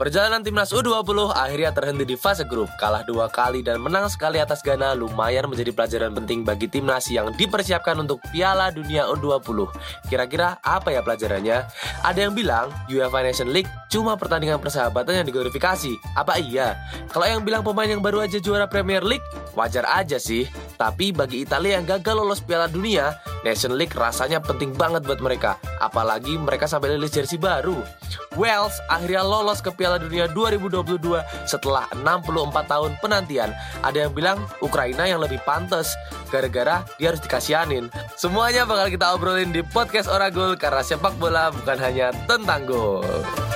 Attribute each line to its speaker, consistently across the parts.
Speaker 1: Perjalanan timnas U20 akhirnya terhenti di fase grup. Kalah 2 kali dan menang sekali atas Ghana lumayan menjadi pelajaran penting bagi timnas yang dipersiapkan untuk Piala Dunia U20. Kira-kira apa ya pelajarannya? Ada yang bilang UEFA Nation League cuma pertandingan persahabatan yang diglorifikasi. Apa iya? Kalau yang bilang pemain yang baru aja juara Premier League, wajar aja sih. Tapi bagi Italia yang gagal lolos Piala Dunia, Nation League rasanya penting banget buat mereka. Apalagi mereka sampai rilis jersey baru. Wales akhirnya lolos ke Piala Dunia 2022 setelah 64 tahun penantian. Ada yang bilang Ukraina yang lebih pantas gara-gara dia harus dikasihanin. Semuanya bakal kita obrolin di podcast Oragol karena sepak bola bukan hanya tentang gol.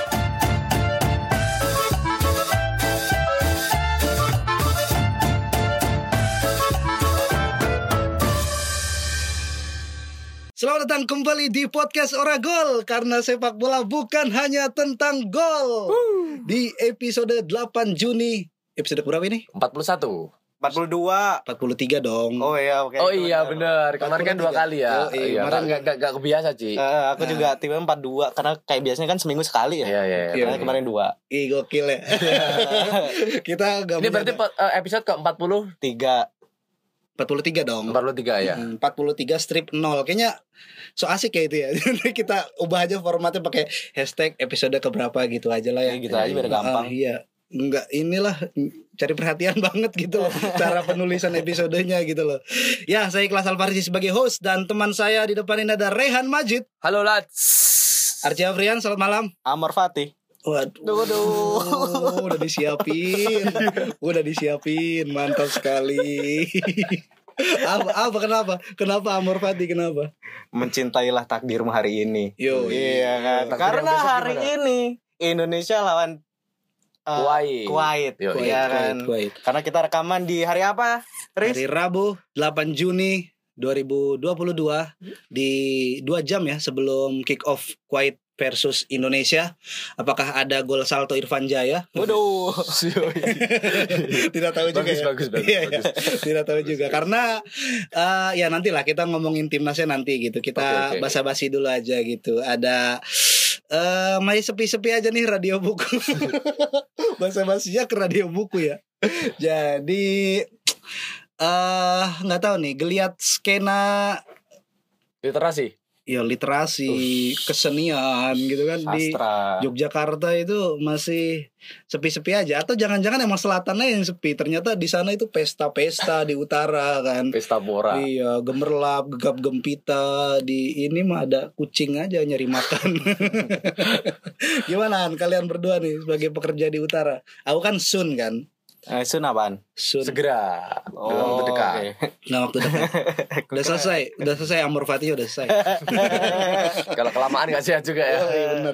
Speaker 2: Selamat datang kembali di podcast Oragol karena sepak bola bukan hanya tentang gol. Di episode 8 Juni, episode berapa ini?
Speaker 1: 41
Speaker 3: 42
Speaker 2: 43 dong.
Speaker 3: Oh iya oke.
Speaker 1: Oh iya benar. Kemarin kan 2 kali ya. Iya,
Speaker 2: kemarin
Speaker 1: gak kebiasa Ci.
Speaker 3: Aku juga timnya 42 karena kayak biasanya kan seminggu sekali ya.
Speaker 1: Iya.
Speaker 3: Karena kemarin 2.
Speaker 2: Ih gokil ya. Kita gak
Speaker 1: Ini berarti episode ke-40
Speaker 2: 43 dong.
Speaker 1: 43 ya.
Speaker 2: 43 strip 0. Kayaknya so asik ya itu ya. Kita ubah aja formatnya pakai hashtag episode keberapa gitu aja lah ya.
Speaker 3: Gitu aja biar gampang.
Speaker 2: Iya. Enggak, inilah cari perhatian banget gitu loh cara penulisan episodenya gitu loh. Ya, saya Ikhlas Alfarisi sebagai host dan teman saya di depan ini ada Rehan Majid.
Speaker 1: Halo Lats.
Speaker 2: Arci Afrian, selamat malam.
Speaker 3: Amor Fatih.
Speaker 2: Waduh, udah disiapin, mantap sekali. Kenapa Amor Fati, kenapa?
Speaker 3: Mencintailah takdirmu hari ini.
Speaker 2: Yo,
Speaker 3: iya kan. Karena hari ini Indonesia lawan Kuwait. Iya kan.
Speaker 2: Kuwait.
Speaker 3: Karena kita rekaman di hari apa, Riz?
Speaker 2: Hari Rabu 8 Juni 2022 di 2 jam ya sebelum kick off Kuwait versus Indonesia. Apakah ada gol salto Irfan Jaya?
Speaker 3: Waduh.
Speaker 2: Tidak tahu juga
Speaker 1: bagus,
Speaker 2: ya. Bagus. Tidak tahu juga karena ya nantilah kita ngomongin timnasnya nanti gitu. Kita
Speaker 1: Oke.
Speaker 2: basa-basi dulu aja gitu. Ada masih sepi-sepi aja nih radio buku. Basa-basinya ke radio buku ya. Jadi nggak tahu nih geliat skena
Speaker 1: Literasi.
Speaker 2: ya literasi, kesenian gitu kan.
Speaker 3: Sastra.
Speaker 2: Di Yogyakarta itu masih sepi-sepi aja atau jangan-jangan emang selatannya yang sepi. Ternyata di sana itu pesta-pesta di utara kan.
Speaker 1: Pesta Bora.
Speaker 2: Iya, gemerlap, gegap gempita. Di ini mah ada kucing aja nyari makan. Gimana kalian berdua nih sebagai pekerja di utara? Aku kan Sun kan.
Speaker 3: Sun apaan?
Speaker 2: Sun.
Speaker 1: Segera. Dalam waktu dekat.
Speaker 3: Oke.
Speaker 2: Nah, waktu dekat. Udah selesai Amor Fatih udah selesai.
Speaker 1: Kalau kelamaan gak sehat juga ya.
Speaker 2: Oh, iya bener.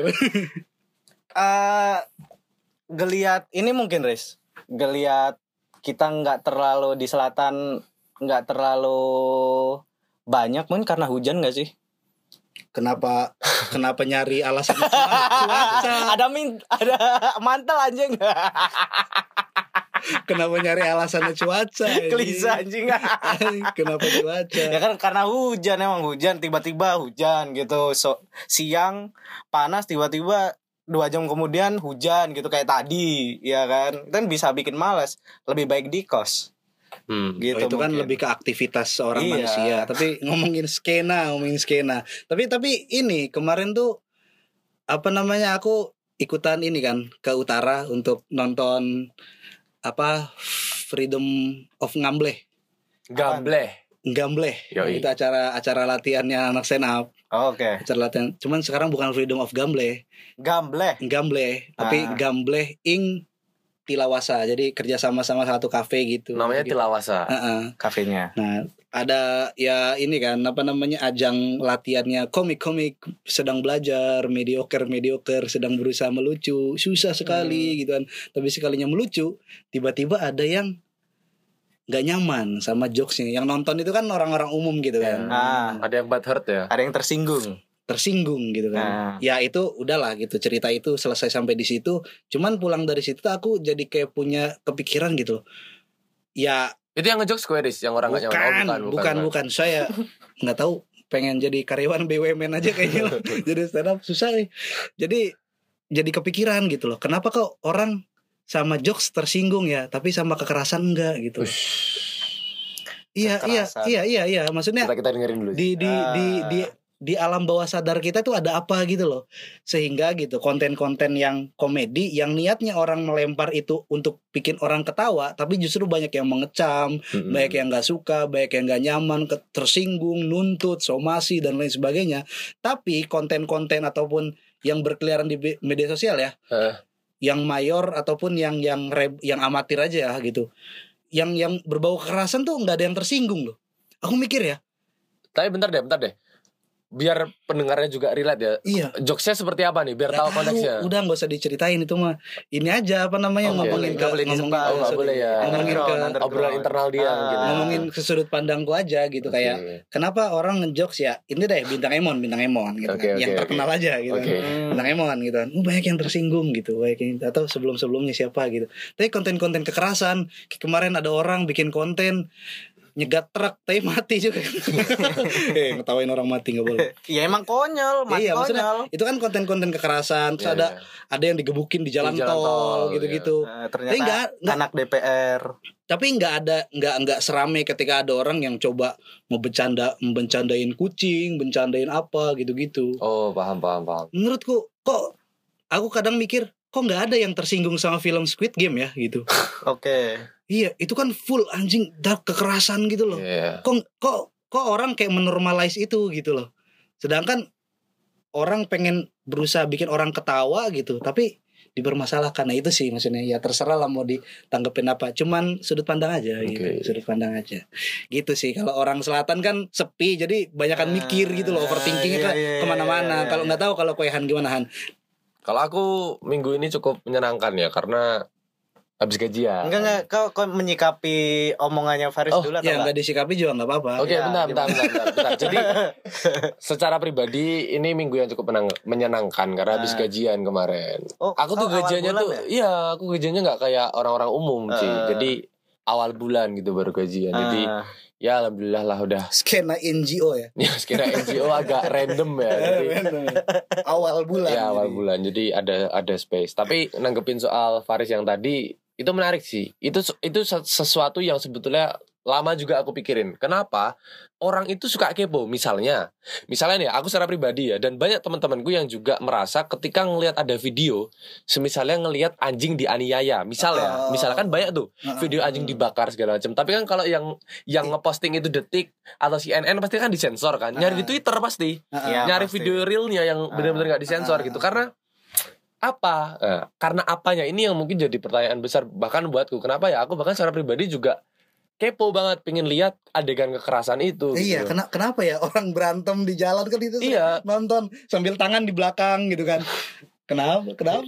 Speaker 3: Geliat ini mungkin Riz. Geliat kita nggak terlalu di selatan, nggak terlalu banyak mungkin karena hujan nggak sih?
Speaker 2: Kenapa nyari alasan cuaca?
Speaker 3: Ada mantel anjing.
Speaker 2: Kenapa nyari alasannya cuaca?
Speaker 3: Klise anjing.
Speaker 2: Kenapa cuaca?
Speaker 3: Ya kan karena hujan, emang hujan, tiba-tiba hujan gitu. Siang panas, tiba-tiba 2 jam kemudian hujan gitu kayak tadi, ya kan? Kan bisa bikin malas. Lebih baik di kos. Gitu.
Speaker 2: Oh, itu kan
Speaker 3: mungkin
Speaker 2: lebih ke aktivitas seorang
Speaker 3: Iya.
Speaker 2: manusia. Tapi ngomongin skena. Tapi ini kemarin tuh aku ikutan ini kan ke utara untuk nonton Freedom of Gambleh.
Speaker 1: Yoi.
Speaker 2: Itu acara latihannya anak senap.
Speaker 3: Oke.
Speaker 2: Acara latihan. Cuman sekarang bukan Freedom of Gambleh, tapi Gambleh Ing Tilawasa. Jadi kerja sama satu kafe gitu.
Speaker 1: Namanya
Speaker 2: gitu.
Speaker 1: Tilawasa.
Speaker 3: Kafenya.
Speaker 2: Nah, ada ya ini kan ajang latihannya komik sedang belajar, mediocre sedang berusaha melucu, susah sekali gitu kan. Tapi sekalinya melucu, tiba-tiba ada yang nggak nyaman sama jokesnya. Yang nonton itu kan orang-orang umum gitu kan.
Speaker 1: Ada yang bad hurt ya.
Speaker 2: Iya.
Speaker 3: Ada yang tersinggung
Speaker 2: Gitu kan. Ya itu udahlah gitu, cerita itu selesai sampai di situ. Cuman pulang dari situ aku jadi kayak punya kepikiran gitu. Ya
Speaker 1: Itu yang ngejokes Squares yang orang gak nyaman.
Speaker 2: bukan. Saya nggak tahu, pengen jadi karyawan BUMN aja kayaknya. Jadi stand up susah nih. Jadi jadi kepikiran gitu loh. Kenapa kok orang sama jokes tersinggung ya, tapi sama kekerasan enggak gitu. Iya. Maksudnya
Speaker 1: Kita dengerin dulu.
Speaker 2: Di alam bawah sadar kita tuh ada apa gitu loh, sehingga gitu konten-konten yang komedi yang niatnya orang melempar itu untuk bikin orang ketawa, tapi justru banyak yang mengecam, banyak yang nggak suka, banyak yang nggak nyaman, tersinggung, nuntut, somasi dan lain sebagainya. Tapi konten-konten ataupun yang berkeliaran di media sosial ya, yang mayor ataupun yang amatir aja ya gitu, yang berbau kekerasan tuh nggak ada yang tersinggung loh. Aku mikir ya.
Speaker 1: Tapi bentar deh. Biar pendengarnya juga relate ya.
Speaker 2: Iya.
Speaker 1: Jokesnya seperti apa nih? Biar tahu konteksnya.
Speaker 2: Udah nggak usah diceritain itu mah. Ini aja apa namanya ngomongin ke
Speaker 1: nggak boleh ya.
Speaker 2: Ngomongin ke
Speaker 1: obrolan internal dia mungkin.
Speaker 2: Ngomongin ke sudut pandangku aja gitu, kayak kenapa orang ngejokes ya. Ini deh bintang Emon gitu yang terkenal aja gitu. Bintang Emon gitu kan. Banyak yang tersinggung gitu. Atau sebelum-sebelumnya siapa gitu. Tapi konten-konten kekerasan, kemarin ada orang bikin konten nyegat truk tapi mati juga. Ngetawain orang mati nggak boleh.
Speaker 3: Ya emang konyol,
Speaker 2: iya, konyol. Itu kan konten-konten kekerasan. Terus ada yang digebukin di jalan tol gitu-gitu.
Speaker 3: Ternyata enggak, anak DPR.
Speaker 2: Tapi nggak serame ketika ada orang yang coba membencandain kucing, bencandain apa gitu-gitu.
Speaker 1: Oh, paham.
Speaker 2: Menurutku kok aku kadang mikir kok nggak ada yang tersinggung sama film Squid Game ya gitu.
Speaker 3: Oke.
Speaker 2: Iya, itu kan full anjing dark kekerasan gitu loh.
Speaker 1: Yeah.
Speaker 2: Kok orang kayak menormalize itu gitu loh. Sedangkan orang pengen berusaha bikin orang ketawa gitu, tapi dipermasalahkan. Nah itu sih maksudnya, ya terserah lah mau ditanggepin apa. Cuman sudut pandang aja gitu. Sudut pandang aja. Gitu sih. Kalau orang selatan kan sepi, jadi banyakan mikir gitu loh, overthinkingnya kan kemana-mana. Kalau nggak tahu kalau Koehan gimana Han?
Speaker 1: Kalau aku minggu ini cukup menyenangkan ya, karena habis gajian.
Speaker 3: Enggak, kau menyikapi omongannya Faris dulu atau
Speaker 2: enggak disikapi juga enggak apa-apa.
Speaker 1: Oke, bentar. Jadi secara pribadi ini minggu yang cukup menyenangkan karena habis gajian kemarin. Aku tuh gajiannya tuh ya? Aku gajiannya enggak kayak orang-orang umum sih. Jadi awal bulan gitu baru gajian. Jadi ya alhamdulillah lah udah.
Speaker 2: Skena NGO ya.
Speaker 1: Ya, skena NGO agak random ya. Jadi
Speaker 2: awal bulan.
Speaker 1: Ya, awal bulan. Jadi ada space. Tapi nanggepin soal Faris yang tadi, itu menarik sih. Itu sesuatu yang sebetulnya lama juga aku pikirin. Kenapa orang itu suka kepo? Misalnya nih, aku secara pribadi ya, dan banyak teman-temanku yang juga merasa ketika ngelihat ada video, semisalnya ngelihat anjing dianiaya, misalkan banyak tuh video anjing dibakar segala macam. Tapi kan kalau yang ngeposting itu Detik atau CNN pasti kan disensor kan. Nyari di Twitter pasti. Nyari pasti video realnya yang benar-benar nggak disensor gitu. Karena apa? Karena apanya ini yang mungkin jadi pertanyaan besar bahkan buatku. Kenapa ya? Aku bahkan secara pribadi juga kepo banget, pengen lihat adegan kekerasan itu.
Speaker 2: Iya, gitu. Kenapa ya orang berantem di jalan kan itu nonton sambil tangan di belakang gitu kan? Kenapa?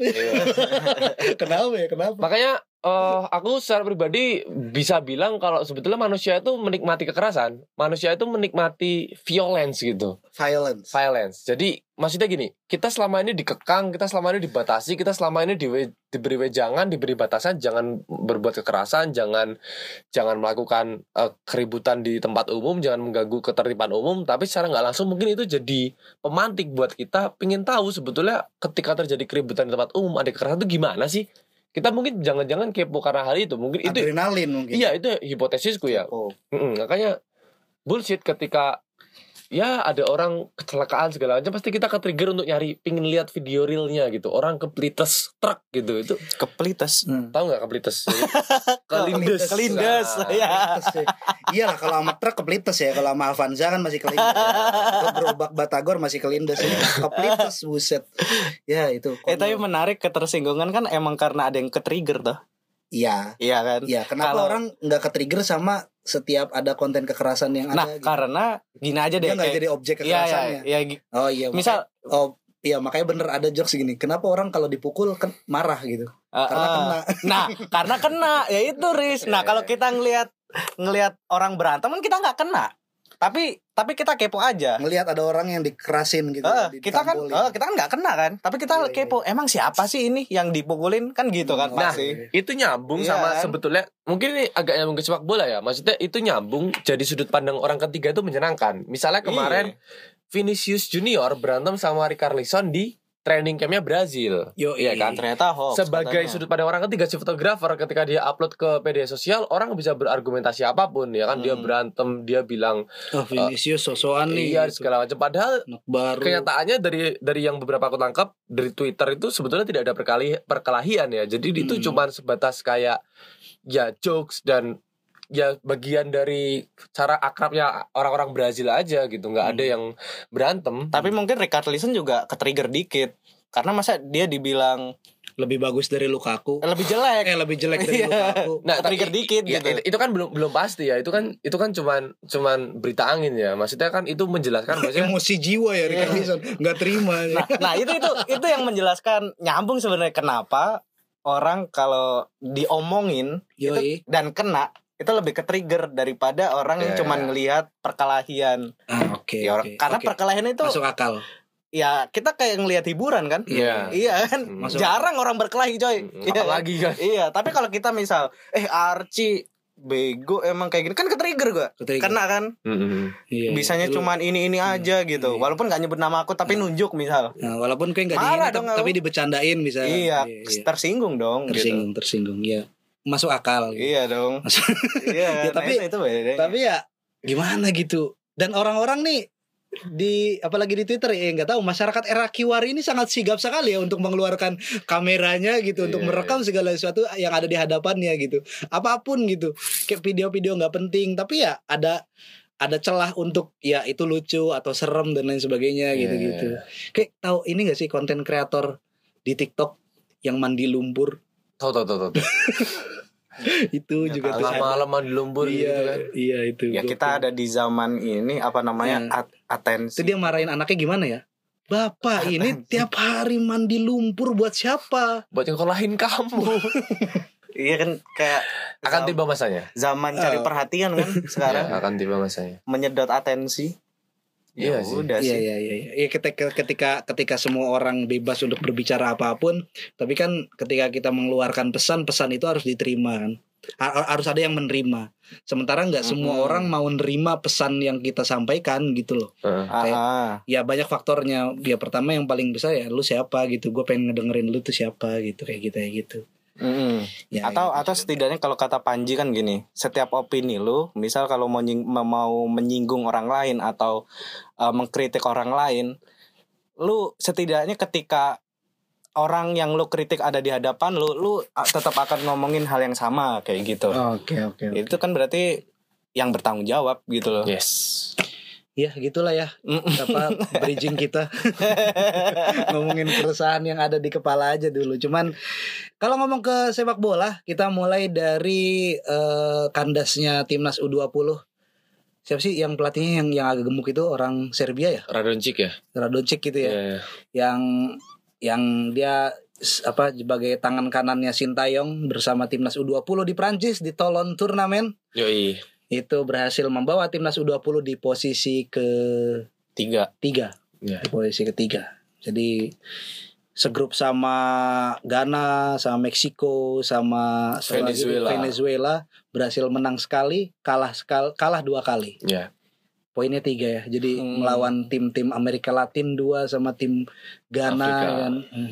Speaker 2: Kenapa?
Speaker 1: Makanya aku secara pribadi bisa bilang kalau sebetulnya manusia itu menikmati kekerasan, manusia itu menikmati violence gitu. Violence. Jadi maksudnya gini, kita selama ini dikekang, kita selama ini dibatasi, kita selama ini diberi wejangan, diberi batasan, jangan berbuat kekerasan, jangan melakukan keributan di tempat umum, jangan mengganggu ketertiban umum. Tapi secara nggak langsung mungkin itu jadi pemantik buat kita pengen tahu sebetulnya ketika terjadi keributan di tempat umum, ada kekerasan itu gimana sih? Kita mungkin jangan-jangan kepo karena hal itu. Mungkin itu
Speaker 2: adrenalin mungkin.
Speaker 1: Iya, itu hipotesisku ya. Makanya bullshit ketika ya ada orang kecelakaan segala macam, pasti kita ke-trigger untuk pingin lihat video realnya gitu. Orang keplites truk gitu. Itu
Speaker 3: keplites.
Speaker 1: Tahu enggak keplites?
Speaker 3: Kelindes. Ya.
Speaker 2: Iyalah kalau sama truk keplites ya. Kalau sama Avanza kan masih kelindes. Kalau gerobak Batagor masih kelindes ya. Keplites buset. Ya itu.
Speaker 3: Tapi menarik, ketersinggungan kan emang karena ada yang ke-trigger tuh.
Speaker 2: Iya
Speaker 3: kan.
Speaker 2: Iya, kenapa orang nggak ke-trigger sama setiap ada konten kekerasan yang ada?
Speaker 3: Gitu? Karena gini aja deh.
Speaker 2: Dia nggak jadi objek kekerasannya. Oh iya.
Speaker 3: Misal,
Speaker 2: makanya bener ada jokes gini. Kenapa orang kalau dipukul kan marah gitu? Karena kena.
Speaker 3: Nah, karena kena. Ya itu Riz. Nah, kalau kita ngelihat orang berantem kan kita nggak kena. Tapi kita kepo aja.
Speaker 2: Ngelihat ada orang yang dikerasin gitu.
Speaker 3: Kita kan nggak kena kan. Tapi kita kepo. Emang siapa sih ini yang dipukulin kan gitu kan pasti.
Speaker 1: Itu nyambung sama kan? Sebetulnya mungkin ini agak nyambung ke sepak bola ya. Maksudnya itu nyambung jadi sudut pandang orang ketiga itu menyenangkan. Misalnya kemarin Vinicius Junior berantem sama Richarlison di training campnya Brazil.
Speaker 2: Yo,
Speaker 1: Iya kan?
Speaker 3: Ternyata hoax.
Speaker 1: Sebagai
Speaker 3: katanya.
Speaker 1: sudut pandang orang ketiga, si fotografer ketika dia upload ke media sosial, orang bisa berargumentasi apapun ya kan. Dia berantem, dia bilang
Speaker 2: Oh, Vinicius sosokan nih.
Speaker 1: iya
Speaker 2: gitu.
Speaker 1: segala macam. Padahal
Speaker 2: Anak baru.
Speaker 1: kenyataannya dari yang beberapa aku tangkap dari Twitter itu sebetulnya tidak ada perkelahian ya. Jadi itu cuma sebatas kayak ya jokes dan ya bagian dari cara akrabnya orang-orang Brazil aja gitu. Nggak ada yang berantem.
Speaker 3: Tapi mungkin Richarlison juga ke-trigger dikit. Karena masa dia dibilang
Speaker 2: lebih bagus dari Lukaku.
Speaker 3: lebih jelek.
Speaker 2: Lebih jelek dari
Speaker 3: Iya.
Speaker 2: Lukaku.
Speaker 1: Nah,
Speaker 3: Trigger
Speaker 1: tapi-
Speaker 3: dikit
Speaker 1: ya,
Speaker 3: gitu.
Speaker 1: Itu kan belum pasti ya. Itu kan cuman berita angin ya. Maksudnya kan itu menjelaskan maksudnya
Speaker 2: Emosi jiwa ya Richarlison. Nggak terima.
Speaker 3: Nah, itu yang menjelaskan nyambung sebenarnya kenapa orang kalau diomongin
Speaker 2: Yoi.
Speaker 3: itu dan kena itu lebih ke-trigger daripada orang yang
Speaker 1: Ya.
Speaker 3: cuman ngelihat perkelahian.
Speaker 2: Oke.
Speaker 3: Ya,
Speaker 2: Oke.
Speaker 3: karena
Speaker 2: Oke.
Speaker 3: perkelahian itu
Speaker 2: Masuk akal.
Speaker 3: ya kita kayak ngelihat hiburan kan.
Speaker 1: Iya.
Speaker 3: Iya kan.
Speaker 2: Masuk
Speaker 3: Jarang orang berkelahi coy. Iya kan?
Speaker 1: apalagi kan.
Speaker 3: Iya, tapi kalau kita misal Archie bego emang kayak gini kan ke-trigger gua.
Speaker 2: Ke-trigger.
Speaker 3: Kena kan.
Speaker 2: Iya,
Speaker 3: Bisanya
Speaker 2: iya.
Speaker 3: cuman ini aja gitu. Walaupun gak nyebut nama aku tapi nunjuk misal.
Speaker 2: Nah, walaupun kayak nggak
Speaker 3: Marah
Speaker 2: diingat
Speaker 3: dong
Speaker 2: tapi
Speaker 3: aku.
Speaker 2: dibecandain misalnya.
Speaker 3: Iya, tersinggung dong gitu.
Speaker 2: Tersinggung ya. Masuk akal. Gitu.
Speaker 3: Iya dong.
Speaker 2: Masuk-
Speaker 3: Iya,
Speaker 2: Ya, tapi-
Speaker 3: itu bedanya.
Speaker 2: Tapi ya gimana gitu. Dan orang-orang nih apalagi di Twitter ya nggak tahu masyarakat era kiwari ini sangat sigap sekali ya untuk mengeluarkan kameranya gitu untuk
Speaker 1: Iya,
Speaker 2: merekam segala sesuatu yang ada di hadapannya gitu. Apapun gitu. Kayak video-video nggak penting tapi ya ada celah untuk ya itu lucu atau serem dan lain sebagainya
Speaker 1: Iya,
Speaker 2: gitu-gitu. Kayak tahu ini nggak sih konten kreator di TikTok yang mandi lumpur
Speaker 1: Tahu.
Speaker 2: itu juga tuh ada.
Speaker 1: Malam-malam mandi lumpur gitu
Speaker 2: Iya,
Speaker 1: kan.
Speaker 2: iya itu.
Speaker 3: Ya kita ada di zaman ini apa namanya atensi.
Speaker 2: Itu dia marahin anaknya gimana ya? Bapak ini tiap hari mandi lumpur buat siapa?
Speaker 1: Buat nyekolahin kamu.
Speaker 3: Iya kan kayak
Speaker 1: Akan tiba masanya.
Speaker 3: zaman cari perhatian kan sekarang
Speaker 1: Ya, akan tiba masanya.
Speaker 3: menyedot atensi.
Speaker 1: Iya
Speaker 3: Ya
Speaker 1: sih.
Speaker 3: udah
Speaker 2: Iya
Speaker 3: sih.
Speaker 2: iya. Ketika semua orang bebas untuk berbicara apapun, tapi kan ketika kita mengeluarkan pesan itu harus diterima kan. Harus ada yang menerima. Sementara nggak semua orang mau nerima pesan yang kita sampaikan gitu loh. Ya banyak faktornya. Ya pertama yang paling besar ya lu siapa gitu. Gue pengen ngedengerin lu tuh siapa gitu kayak gitu. Ya,
Speaker 3: Atau setidaknya kalau kata Panji kan gini, setiap opini lu, misal kalau mau menyinggung orang lain atau mengkritik orang lain, lu setidaknya ketika orang yang lu kritik ada di hadapan lu tetap akan ngomongin hal yang sama kayak gitu.
Speaker 2: Oke.
Speaker 3: Itu kan berarti yang bertanggung jawab gitu loh.
Speaker 1: Yes.
Speaker 2: Ya gitulah ya bridging kita ngomongin keresahan yang ada di kepala aja dulu. Cuman kalau ngomong ke sepak bola kita mulai dari kandasnya timnas U20. Siapa sih yang pelatihnya yang agak gemuk itu orang Serbia ya?
Speaker 1: Radonjic ya.
Speaker 2: Radonjic gitu ya.
Speaker 1: Iya.
Speaker 2: Yang dia sebagai tangan kanannya Sintayong bersama timnas U20 di Prancis di Toulon turnamen.
Speaker 1: Yoi.
Speaker 2: Itu berhasil membawa timnas U20 di posisi ketiga.
Speaker 1: Ya.
Speaker 2: Di posisi ketiga. Jadi segrup sama Ghana, sama Meksiko, sama Venezuela berhasil menang sekali, kalah 2 kali.
Speaker 1: Ya.
Speaker 2: Poinnya 3 ya. Jadi melawan tim-tim Amerika Latin 2 sama tim Ghana kan.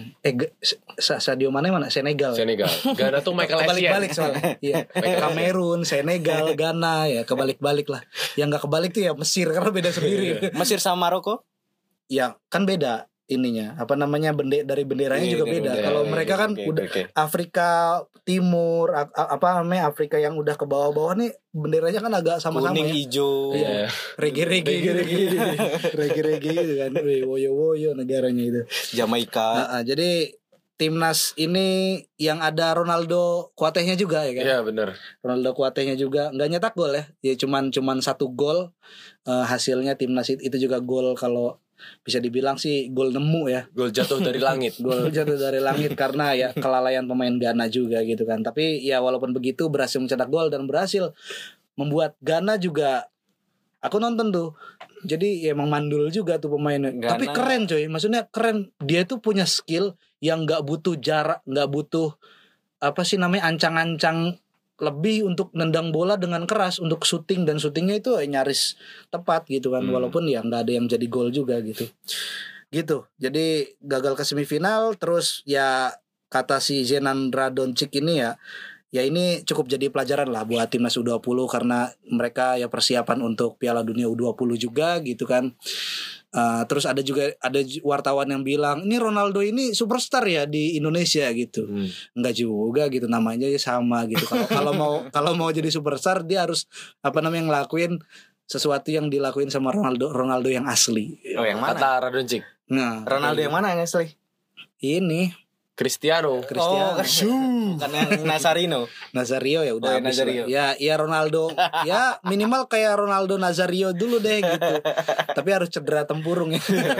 Speaker 2: Sadio Mane mana? Senegal.
Speaker 1: Ghana tuh Michael Essien.
Speaker 2: Kebalik-balik soalnya. Iya. Kamerun, Senegal, Ghana ya kebalik-balik lah. Yang nggak kebalik tuh ya Mesir karena beda sendiri.
Speaker 3: Mesir sama Maroko?
Speaker 2: Ya kan beda ininya. Dari benderanya juga beda. Kalau mereka kan udah Afrika Timur, Afrika yang udah ke bawah-bawah nih benderanya kan agak sama-sama
Speaker 3: kuning
Speaker 2: ya.
Speaker 3: hijau.
Speaker 2: Iya. Reggae gitu kan. Woyo negaranya itu.
Speaker 3: Jamaika.
Speaker 2: Jadi timnas ini yang ada Ronaldo Kuatehnya juga ya kan.
Speaker 1: Iya benar.
Speaker 2: Ronaldo Kuatehnya juga nggak nyetak gol ya. Ya cuman 1 gol. Hasilnya timnas itu juga gol kalau bisa dibilang sih gol nemu ya.
Speaker 1: Gol jatuh dari langit.
Speaker 2: Gol jatuh dari langit karena ya kelalaian pemain Ghana juga gitu kan. Tapi ya walaupun begitu berhasil mencetak gol dan berhasil membuat Ghana juga. Aku nonton tuh. Jadi ya emang mandul juga tuh pemainnya.
Speaker 3: Ghana.
Speaker 2: Tapi keren coy. Maksudnya keren. Dia tuh punya skill yang gak butuh jarak, gak butuh ancang-ancang lebih untuk nendang bola dengan keras untuk syuting, dan syutingnya itu nyaris tepat gitu kan. Walaupun ya nggak ada yang jadi gol juga gitu. Gitu. Jadi gagal ke semifinal, terus ya kata si Zenan Radonjic ini ya ini cukup jadi pelajaran lah buat timnas U20 karena mereka ya persiapan untuk Piala Dunia U20 juga gitu kan. Terus ada wartawan yang bilang ini Ronaldo ini superstar ya di Indonesia gitu. Enggak juga gitu, namanya ya sama gitu. Kalau mau jadi superstar dia harus ngelakuin sesuatu yang dilakuin sama Ronaldo yang asli.
Speaker 3: Oh, yang mana?
Speaker 1: Kata Radonjic.
Speaker 2: Nah,
Speaker 3: Ronaldo yang mana yang asli?
Speaker 2: Ini
Speaker 1: Cristiano.
Speaker 3: Bukan yang Nazarino.
Speaker 2: Nazario ya udah habis
Speaker 3: Nazario.
Speaker 2: lah. Ya Ronaldo ya minimal kayak Ronaldo Nazario dulu deh gitu. Tapi harus cedera tempurung ya.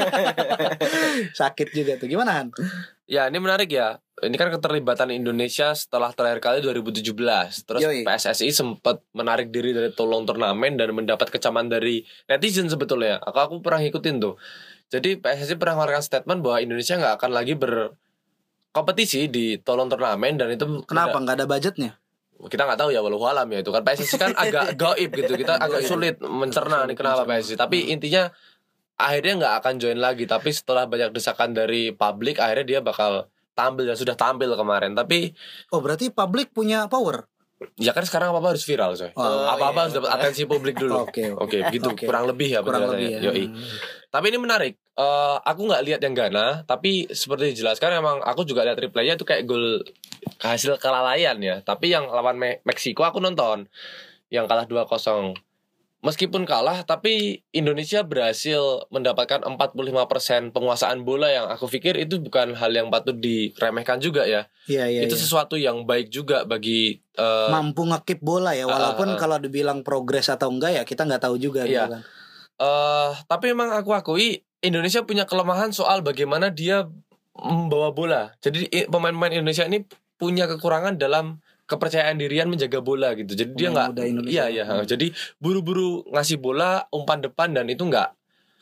Speaker 2: Sakit juga tuh. Gimana Han?
Speaker 1: Ya ini menarik ya. Ini kan keterlibatan Indonesia setelah terakhir kali 2017. Terus
Speaker 2: Yoi.
Speaker 1: PSSI sempat menarik diri dari tolong turnamen dan mendapat kecaman dari netizen sebetulnya. Aku pernah ngikutin tuh. Jadi PSSI pernah mengeluarkan statement bahwa Indonesia nggak akan lagi berkompetisi di tolong turnamen dan itu
Speaker 2: Kenapa nggak ada budgetnya?
Speaker 1: kita nggak tahu ya walau alam ya itu kan PSSI kan agak gaib gitu, kita agak sulit mencerna nih kenapa PSSI, tapi intinya akhirnya nggak akan join lagi, tapi setelah banyak desakan dari publik akhirnya dia bakal tampil dan sudah tampil kemarin. Tapi
Speaker 2: berarti publik punya power.
Speaker 1: ya kan sekarang apa harus viral coy, apa harus dapat atensi publik dulu. Oke, begitu. Kurang lebih ya penjelasannya. Yoi. Tapi ini menarik. Aku nggak lihat yang Ghana, tapi seperti dijelaskan emang aku juga lihat replaynya itu kayak gol hasil kelalaian ya. Tapi yang lawan Meksiko aku nonton yang kalah 2-0. Meskipun kalah, tapi Indonesia berhasil mendapatkan 45% penguasaan bola yang aku pikir itu bukan hal yang patut diremehkan juga ya.
Speaker 2: Iya.
Speaker 1: Itu sesuatu yang baik juga bagi
Speaker 2: mampu ngekip bola ya, walaupun kalau dibilang progres atau enggak ya kita nggak tahu juga gitu kan.
Speaker 1: Tapi memang aku akui Indonesia punya kelemahan soal bagaimana dia membawa bola. Jadi pemain-pemain Indonesia ini punya kekurangan dalam kepercayaan dirian menjaga bola gitu. Jadi dia nggak, iya. Jadi buru-buru ngasih bola umpan depan dan itu nggak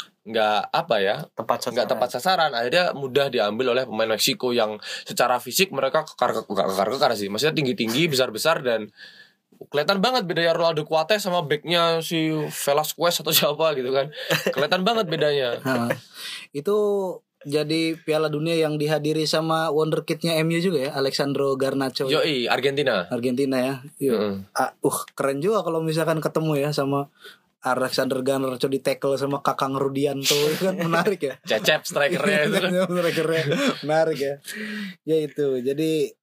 Speaker 1: tepat sasaran. Akhirnya mudah diambil oleh pemain Meksiko yang secara fisik mereka kekar sih. Maksudnya tinggi-tinggi, besar-besar dan kelihatan banget bedanya Ronaldo Kuates sama backnya si Velasquez atau siapa gitu kan. Kelihatan banget bedanya.
Speaker 2: Itu jadi Piala Dunia yang dihadiri sama wonderkidnya MU juga ya, Alexandro Garnacho.
Speaker 1: Yoi, Argentina ya.
Speaker 2: Keren juga kalau misalkan ketemu ya sama Alexander Garnacho di tackle sama Kakang Rudianto. Itu kan menarik ya.
Speaker 1: Cecep strikernya itu kan.
Speaker 2: Menarik ya. Ya itu. Jadi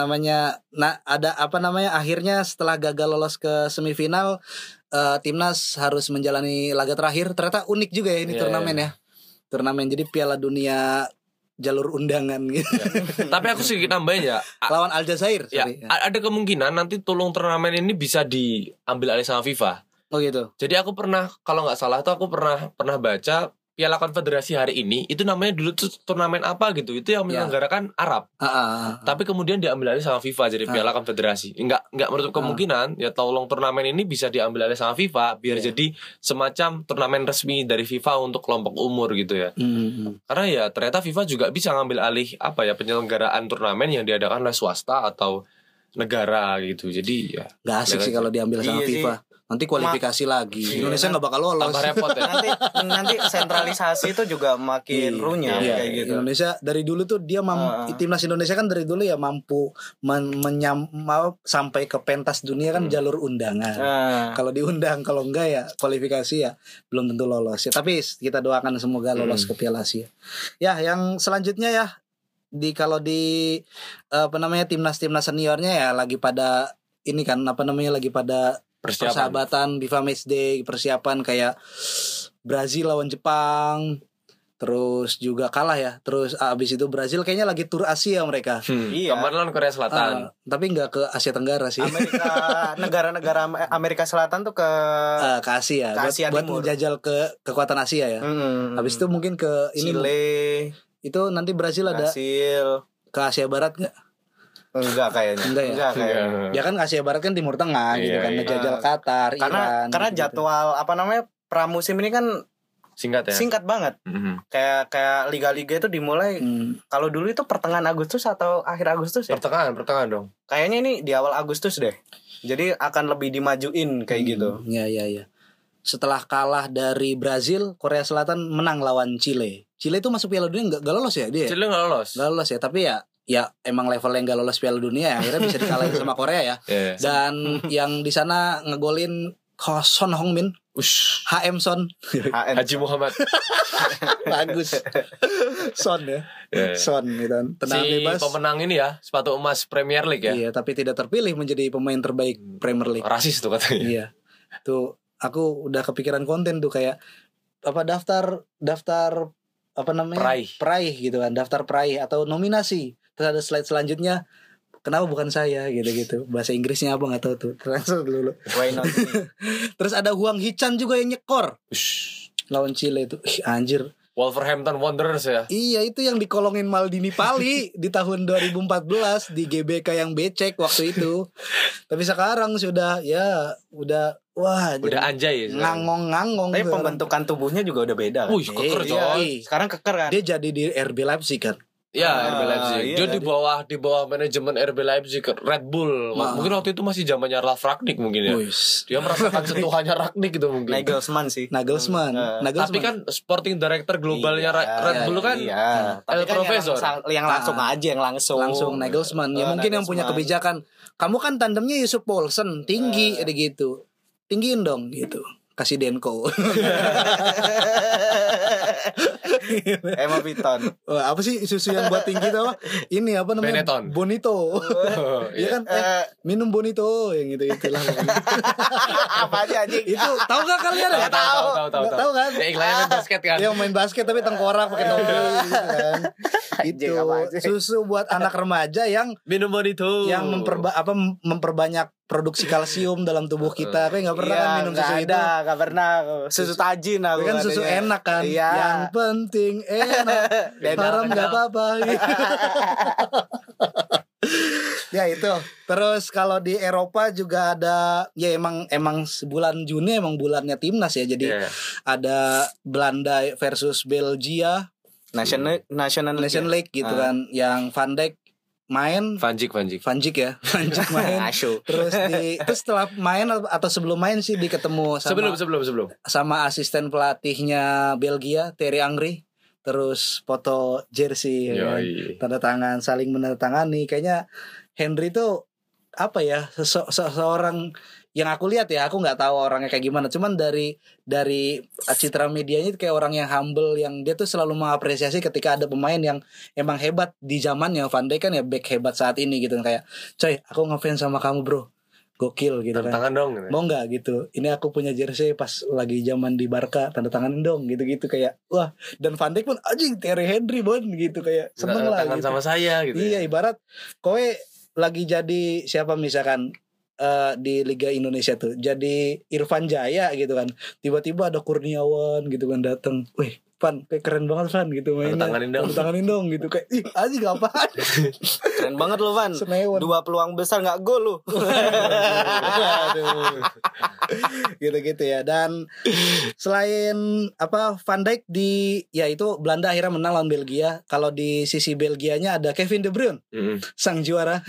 Speaker 2: akhirnya setelah gagal lolos ke semifinal, timnas harus menjalani laga terakhir. Ternyata unik juga ya ini turnamen ya. Turnamen jadi Piala Dunia jalur undangan gitu.
Speaker 1: Tapi aku sedikit nambahin ya.
Speaker 2: Lawan Aljazair.
Speaker 1: Ya, ada kemungkinan nanti tolong turnamen ini bisa diambil alih sama FIFA.
Speaker 2: Oh gitu.
Speaker 1: Jadi aku pernah, kalau nggak salah tuh aku pernah baca Piala Konfederasi hari ini itu namanya dulu tuh turnamen apa gitu. Itu yang menyelenggarakan Arab. Tapi kemudian diambil alih sama FIFA jadi Piala Konfederasi. Enggak menutup kemungkinan ya tolong turnamen ini bisa diambil alih sama FIFA biar jadi semacam turnamen resmi dari FIFA untuk kelompok umur gitu ya. Karena ya ternyata FIFA juga bisa ngambil alih penyelenggaraan turnamen yang diadakan oleh swasta atau negara gitu. Jadi ya
Speaker 2: nggak asik sih kalau diambil sama FIFA. Nanti kualifikasi lagi. Indonesia nggak bakal lolos.
Speaker 1: Tambah repot ya.
Speaker 3: nanti sentralisasi itu juga makin runyam kayak gitu.
Speaker 2: Indonesia dari dulu tuh dia timnas Indonesia kan dari dulu ya mampu sampai ke pentas dunia kan jalur undangan. Kalau diundang, kalau enggak ya kualifikasi ya belum tentu lolos. Ya, tapi kita doakan semoga lolos ke Piala Asia. Ya, yang selanjutnya ya kalau di timnas seniornya ya lagi pada ini kan lagi pada persahabatan FIFA Match Day, persiapan kayak Brazil lawan Jepang, terus juga kalah ya. Terus abis itu Brazil kayaknya lagi tur Asia mereka.
Speaker 1: Kemarin lawan Korea Selatan.
Speaker 2: Tapi nggak ke Asia Tenggara sih.
Speaker 3: Negara Amerika Selatan tuh ke
Speaker 2: Asia. Buat menjajal ke kekuatan Asia ya. Habis itu mungkin ke ini
Speaker 3: Chile.
Speaker 2: Itu nanti Brazil ada ke Asia Barat nggak?
Speaker 3: Enggak kayaknya.
Speaker 2: Enggak ya. Ya kan Asia Barat kan Timur Tengah gitu kan, ngejajal Qatar, Iran.
Speaker 3: Karena jadwal pramusim ini kan singkat banget. Kayak liga-liga itu dimulai kalau dulu itu pertengahan Agustus atau akhir Agustus ya?
Speaker 1: Pertengahan dong.
Speaker 3: Kayaknya ini di awal Agustus deh. Jadi akan lebih dimajuin kayak gitu.
Speaker 2: Iya. Setelah kalah dari Brazil, Korea Selatan menang lawan Chile Chile itu masuk Piala Dunia nggak lolos ya dia?
Speaker 1: Chile nggak lolos.
Speaker 2: Nggak lolos ya, tapi ya emang levelnya nggak lolos Piala Dunia ya, akhirnya bisa dikalahin sama Korea ya.
Speaker 1: Yeah.
Speaker 2: Dan yang di sana ngegolin Son Heung-min, HM Son,
Speaker 1: Haji Muhammad.
Speaker 2: bagus. Son ya,
Speaker 1: Yeah.
Speaker 2: Son gitu. Tenang
Speaker 1: Si
Speaker 2: bebas.
Speaker 1: pemenang ini ya, sepatu emas Premier League ya.
Speaker 2: Iya, tapi tidak terpilih menjadi pemain terbaik Premier League.
Speaker 1: Rasis tuh katanya.
Speaker 2: Iya, tuh aku udah kepikiran konten tuh kayak apa daftar apa namanya peraih gitu kan, daftar peraih atau nominasi. Terus ada slide selanjutnya, kenapa bukan saya gitu bahasa Inggrisnya apa nggak tahu tuh, transfer dulu.
Speaker 3: Why not me?
Speaker 2: Terus ada Huang Hichan juga yang nyekor lawan Chile itu. Anjir.
Speaker 1: Wolverhampton Wanderers ya.
Speaker 2: Iya, itu yang dikolongin Maldini Pali di tahun 2014 di GBK yang becek waktu itu. Tapi sekarang sudah wah,
Speaker 1: Udah anjay ya.
Speaker 2: ngangong-ngangong.
Speaker 3: Tapi pembentukan tubuhnya juga udah beda kan.
Speaker 1: Wih, keker
Speaker 2: Iya.
Speaker 1: coy.
Speaker 3: Sekarang keker kan.
Speaker 2: Dia jadi di RB Leipzig kan.
Speaker 1: Ya, RB Leipzig.
Speaker 3: Iya,
Speaker 1: Dia di bawah manajemen RB Leipzig, Red Bull. Mungkin waktu itu masih zamannya Ralf Rangnick mungkin ya.
Speaker 2: Wis.
Speaker 1: Dia merasakan sentuhannya Rangnick gitu mungkin.
Speaker 3: Nagelsmann sih.
Speaker 2: Nagelsmann.
Speaker 1: Tapi kan sporting director globalnya Red Bull kan
Speaker 3: Tapi
Speaker 1: El
Speaker 3: kan
Speaker 1: Profesor.
Speaker 3: yang langsung aja yang langsung
Speaker 2: Nagelsmann. Ya mungkin yang punya kebijakan. Kamu kan tandemnya Yusuf Poulsen, tinggi ada gitu. Tinggiin dong gitu. Kasih Denko.
Speaker 3: Emma Piton.
Speaker 2: Apa sih susu yang buat tinggi tuh apa? Ini apa namanya?
Speaker 1: Benetton.
Speaker 2: Bonito. Iya kan? Minum Bonito yang itulah.
Speaker 3: Apa aja anjing?
Speaker 2: Itu tahu gak kalian ya?
Speaker 1: Tahu.
Speaker 2: Nggak tahu kan?
Speaker 1: Ya iklannya main basket kan.
Speaker 2: Iya main basket tapi tengkorak pakai topi gitu kan. Itu
Speaker 3: Anjing, apa aja?
Speaker 2: susu buat anak remaja yang
Speaker 1: Minum Bonito.
Speaker 2: memperbanyak produksi kalsium dalam tubuh kita. Kayak nggak pernah kan minum susu itu.
Speaker 3: Gak pernah. Susu tajin aku.
Speaker 2: Tapi kan susu
Speaker 3: katanya.
Speaker 2: enak kan.
Speaker 3: Iya.
Speaker 2: Yang penting enak. Haram nggak apa-apa. Ya itu. Terus kalau di Eropa juga ada, ya emang bulan Juni emang bulannya timnas ya. Jadi
Speaker 1: Iya.
Speaker 2: ada Belanda versus Belgia
Speaker 3: National
Speaker 2: League gitu kan, yang Van Dijk main,
Speaker 1: Van Dijk.
Speaker 2: Van Dijk main.
Speaker 3: Asyuk.
Speaker 2: Terus setelah main atau sebelum main sih ketemu sama
Speaker 1: Sebelum.
Speaker 2: sama asisten pelatihnya Belgia, Thierry Henry. Terus foto jersey ya, tanda tangan, saling menandatangani. Kayaknya Henry tuh apa ya, seorang yang aku lihat ya, aku nggak tahu orangnya kayak gimana, cuman dari citra medianya itu kayak orang yang humble, yang dia tuh selalu mengapresiasi ketika ada pemain yang emang hebat di zamannya. Van Dijk kan ya back hebat saat ini gitu, kayak coy aku ngefans sama kamu bro, gokil gitu
Speaker 1: Tanda
Speaker 2: kan,
Speaker 1: tangan dong.
Speaker 2: mau nggak gitu, ini aku punya jersey pas lagi zaman di Barca, tanda tanganin dong gitu kayak wah. Dan Van Dijk pun anjing Thierry Henry bon gitu, kayak seneng lah
Speaker 1: tangan
Speaker 2: gitu.
Speaker 1: sama saya gitu.
Speaker 2: Iya, ibarat kowe lagi jadi siapa misalkan di Liga Indonesia tuh jadi Irfan Jaya gitu kan, tiba-tiba ada Kurniawan gitu kan datang, wih Van kayak keren banget Van gitu mainnya,
Speaker 1: Tanda tanganin dong
Speaker 2: gitu kayak ih anjing apaan.
Speaker 3: Keren banget lu Van.
Speaker 2: Senewan.
Speaker 3: 2 peluang besar gak gol lu.
Speaker 2: Aduh. Gitu ya. Dan selain Van Dijk ya itu Belanda akhirnya menang lawan Belgia. Kalau di sisi Belgianya ada Kevin De Bruyne, sang juara.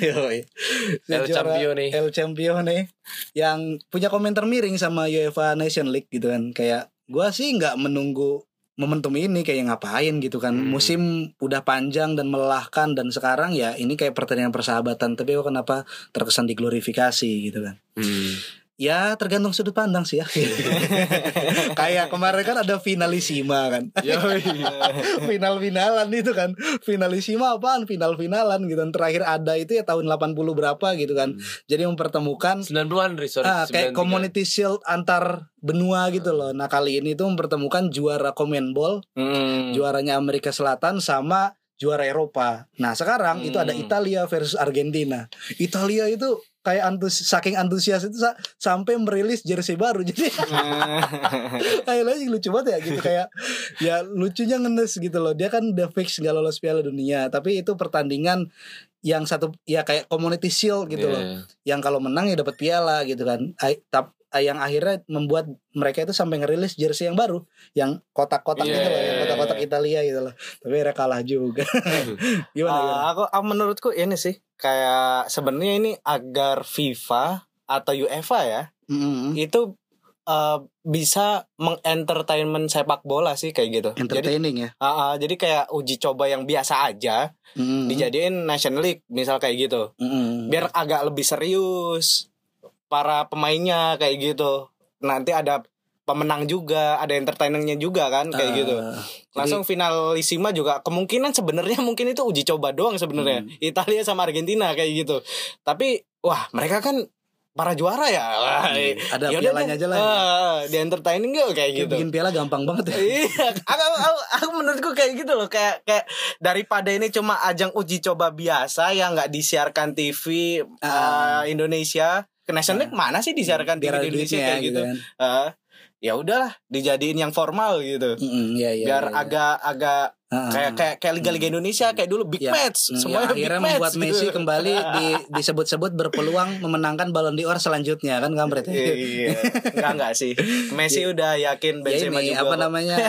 Speaker 2: El Champione yang punya komentar miring sama UEFA Nation League gitu kan, kayak gua sih nggak menunggu momentum ini, kayak ngapain gitu kan, musim udah panjang dan melelahkan, dan sekarang ya ini kayak pertandingan persahabatan, tapi kok kenapa terkesan diglorifikasi gitu kan. Ya tergantung sudut pandang sih ya. Kayak kemarin kan ada finalisima kan. Final-finalan itu kan. Finalisima apaan? Final-finalan gitu. Terakhir ada itu ya tahun 80 berapa gitu kan. Jadi mempertemukan
Speaker 1: 90-an
Speaker 2: kayak community shield antar benua gitu loh. Nah kali ini tuh mempertemukan juara CONMEBOL, juaranya Amerika Selatan sama juara Eropa. Nah sekarang itu ada Italia versus Argentina. Italia itu kayak saking antusias itu sampai merilis jersey baru. Jadi kayak lucu banget ya gitu, kayak ya lucunya ngenes gitu loh. Dia kan udah fix gak lolos Piala Dunia, tapi itu pertandingan yang satu ya kayak community shield gitu loh. Yang kalau menang ya dapat piala gitu kan. Yang akhirnya membuat mereka itu sampai ngerilis jersey yang baru, yang kotak-kotak gitu loh, yang kotak-kotak Italia gitu loh. Tapi mereka kalah juga. Gimana?
Speaker 3: Aku menurutku ini sih kayak sebenarnya ini agar FIFA atau UEFA ya itu bisa mengentertainment sepak bola sih kayak gitu.
Speaker 2: Entertaining ya.
Speaker 3: Jadi kayak uji coba yang biasa aja dijadiin National League misal kayak gitu. Biar agak lebih serius para pemainnya kayak gitu. Nanti ada pemenang juga, ada entertainingnya juga kan kayak gitu. Langsung finalisima juga kemungkinan sebenarnya mungkin itu uji coba doang sebenarnya. Italia sama Argentina kayak gitu. Tapi wah, mereka kan para juara ya. Wah,
Speaker 2: ada
Speaker 3: yaudah
Speaker 2: pialanya aja lah.
Speaker 3: Di entertaining gitu kayak gitu.
Speaker 2: Bikin piala gampang banget ya.
Speaker 3: Iya, aku menurutku kayak gitu loh, kayak daripada ini cuma ajang uji coba biasa yang nggak disiarkan TV Indonesia. Ke National League mana sih disiarkan TV di Indonesia kayak gitu. Kan. Ya udahlah, dijadiin yang formal gitu. Biar agak kayak liga-liga Indonesia kayak dulu big match, semuanya
Speaker 2: akhirnya
Speaker 3: big
Speaker 2: membuat
Speaker 3: match,
Speaker 2: Messi kembali disebut-sebut berpeluang memenangkan Ballon d'Or selanjutnya kan kampret.
Speaker 3: Iya. Enggak sih. Messi udah yakin Benzema juga.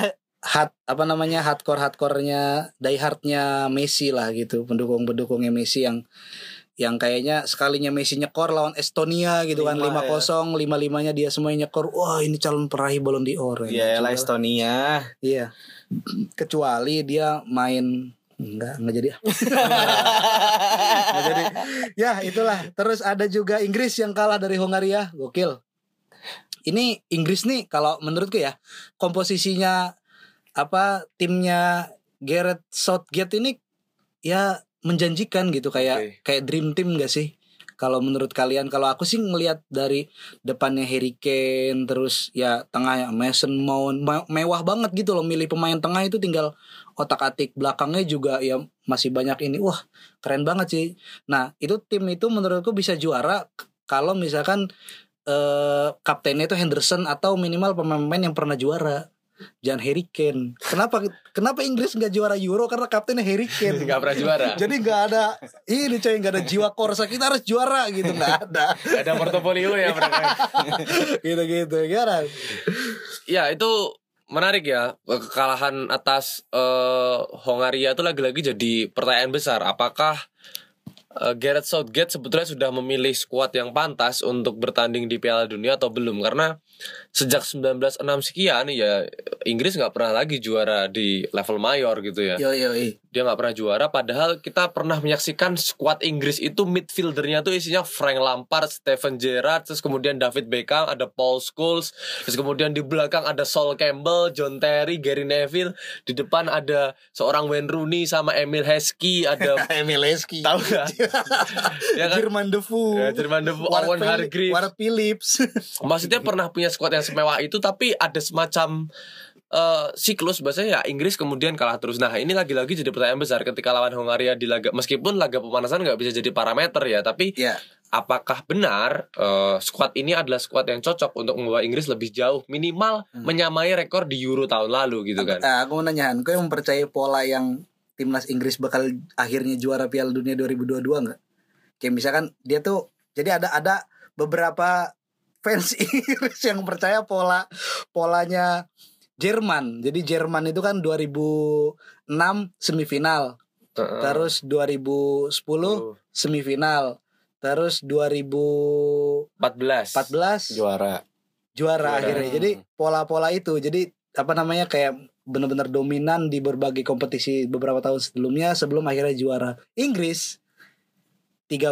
Speaker 2: Hardcore-nya die hardnya Messi lah gitu, pendukungnya Messi yang kayaknya sekalinya Messi nyekor lawan Estonia gitu kan 5-0, 5-5-nya dia semuanya nyekor. Wah, ini calon peraih Ballon d'Or.
Speaker 3: Iya, lah Estonia.
Speaker 2: Iya. Kecuali dia main enggak jadi. Enggak jadi. Ya, itulah. Terus ada juga Inggris yang kalah dari Hongaria. Gokil. Ini Inggris nih kalau menurutku ya, komposisinya timnya Gareth Southgate ini ya menjanjikan gitu, kayak dream team gak sih? Kalau menurut kalian, kalau aku sih ngelihat dari depannya Harry Kane, terus ya tengahnya Mason Mount, mewah banget gitu loh, milih pemain tengah itu tinggal otak-atik, belakangnya juga ya masih banyak ini, wah keren banget sih. Nah itu tim itu menurutku bisa juara kalau misalkan kaptennya itu Henderson atau minimal pemain-pemain yang pernah juara. Jangan Harry Kane. Kenapa Inggris nggak juara Euro? Karena kaptennya Harry Kane
Speaker 1: nggak pernah juara.
Speaker 2: Jadi nggak ada ini coy, nggak ada jiwa korsa, kita harus juara gitu, nggak ada.
Speaker 1: Nggak ada portofolio ya mereka.
Speaker 2: Gitu ya.
Speaker 1: Ya itu menarik ya, kekalahan atas Hongaria itu lagi-lagi jadi pertanyaan besar. Apakah Gareth Southgate sebetulnya sudah memilih skuad yang pantas untuk bertanding di Piala Dunia atau belum? Karena sejak 1906 sekian ya Inggris nggak pernah lagi juara di level mayor gitu ya. Dia nggak pernah juara, padahal kita pernah menyaksikan skuad Inggris itu midfieldernya tuh isinya Frank Lampard, Steven Gerrard, terus kemudian David Beckham, ada Paul Scholes, terus kemudian di belakang ada Sol Campbell, John Terry, Gary Neville, di depan ada seorang Wayne Rooney sama Emil Heskey, ada
Speaker 2: Emil Heskey,
Speaker 1: tahu nggak? Ya kan?
Speaker 2: Jermaine Defoe,
Speaker 1: Owen Hargreaves,
Speaker 2: Ward Phillips.
Speaker 1: Maksudnya pernah punya skuad yang semewah itu, tapi ada semacam siklus bahasanya ya Inggris kemudian kalah terus. Nah ini lagi-lagi jadi pertanyaan besar ketika lawan Hongaria di laga, meskipun laga pemanasan nggak bisa jadi parameter ya, tapi apakah benar skuad ini adalah skuad yang cocok untuk membawa Inggris lebih jauh, minimal menyamai rekor di Euro tahun lalu gitu kan?
Speaker 2: Aku mau nanya, kau yang mempercayai pola yang timnas Inggris bakal akhirnya juara Piala Dunia 2022 nggak? Kayak misalkan dia tuh, jadi ada beberapa fans Inggris yang percaya polanya Jerman. Jadi Jerman itu kan 2006 semifinal, terus 2010 semifinal, terus 2014 juara akhirnya. Jadi pola itu, jadi kayak benar-benar dominan di berbagai kompetisi beberapa tahun sebelumnya sebelum akhirnya juara. Inggris 4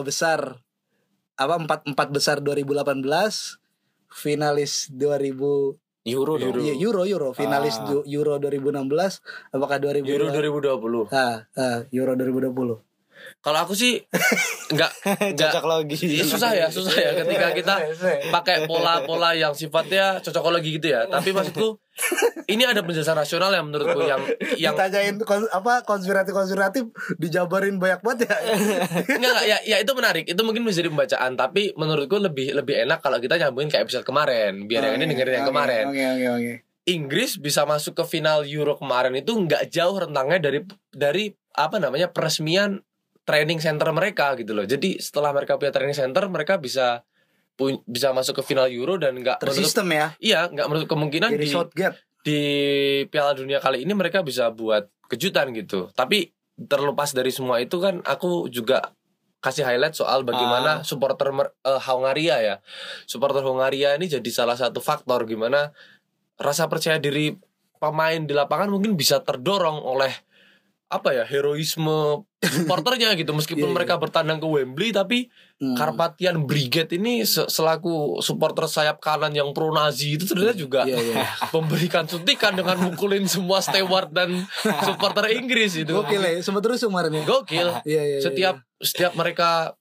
Speaker 2: besar 2018, finalis 2000 Euro finalis Euro 2016, apakah 2020?
Speaker 1: Euro 2020.
Speaker 2: Euro 2020.
Speaker 1: Kalau aku sih enggak
Speaker 3: cocok logi.
Speaker 1: Susah ya ketika kita pakai pola-pola yang sifatnya cocokologi gitu ya. Tapi maksudku ini ada penjelasan rasional yang menurutku yang
Speaker 2: ditanyain konspiratif dijabarin banyak banget ya.
Speaker 1: Enggak ya itu menarik. Itu mungkin bisa jadi pembacaan, tapi menurutku lebih enak kalau kita nyambungin ke episode kemarin biar yang ini dengerin yang kemarin.
Speaker 2: Oke.
Speaker 1: Inggris bisa masuk ke final Euro kemarin itu enggak jauh rentangnya dari peresmian training center mereka gitu loh. Jadi setelah mereka punya training center, mereka bisa masuk ke final Euro dan enggak
Speaker 2: tersistem ya.
Speaker 1: Iya, enggak menutup kemungkinan di Piala Dunia kali ini mereka bisa buat kejutan gitu. Tapi terlepas dari semua itu kan aku juga kasih highlight soal bagaimana supporter Hongaria ya. Supporter Hongaria ini jadi salah satu faktor gimana rasa percaya diri pemain di lapangan mungkin bisa terdorong oleh heroisme supporternya gitu. Meskipun mereka bertandang ke Wembley, tapi Karpatian Brigade ini selaku supporter sayap kanan yang pro Nazi itu ternyata juga memberikan suntikan dengan mukulin semua steward dan supporter Inggris itu.
Speaker 2: Gokil ya, sempat terus kemarin ya.
Speaker 1: Gokil. Setiap mereka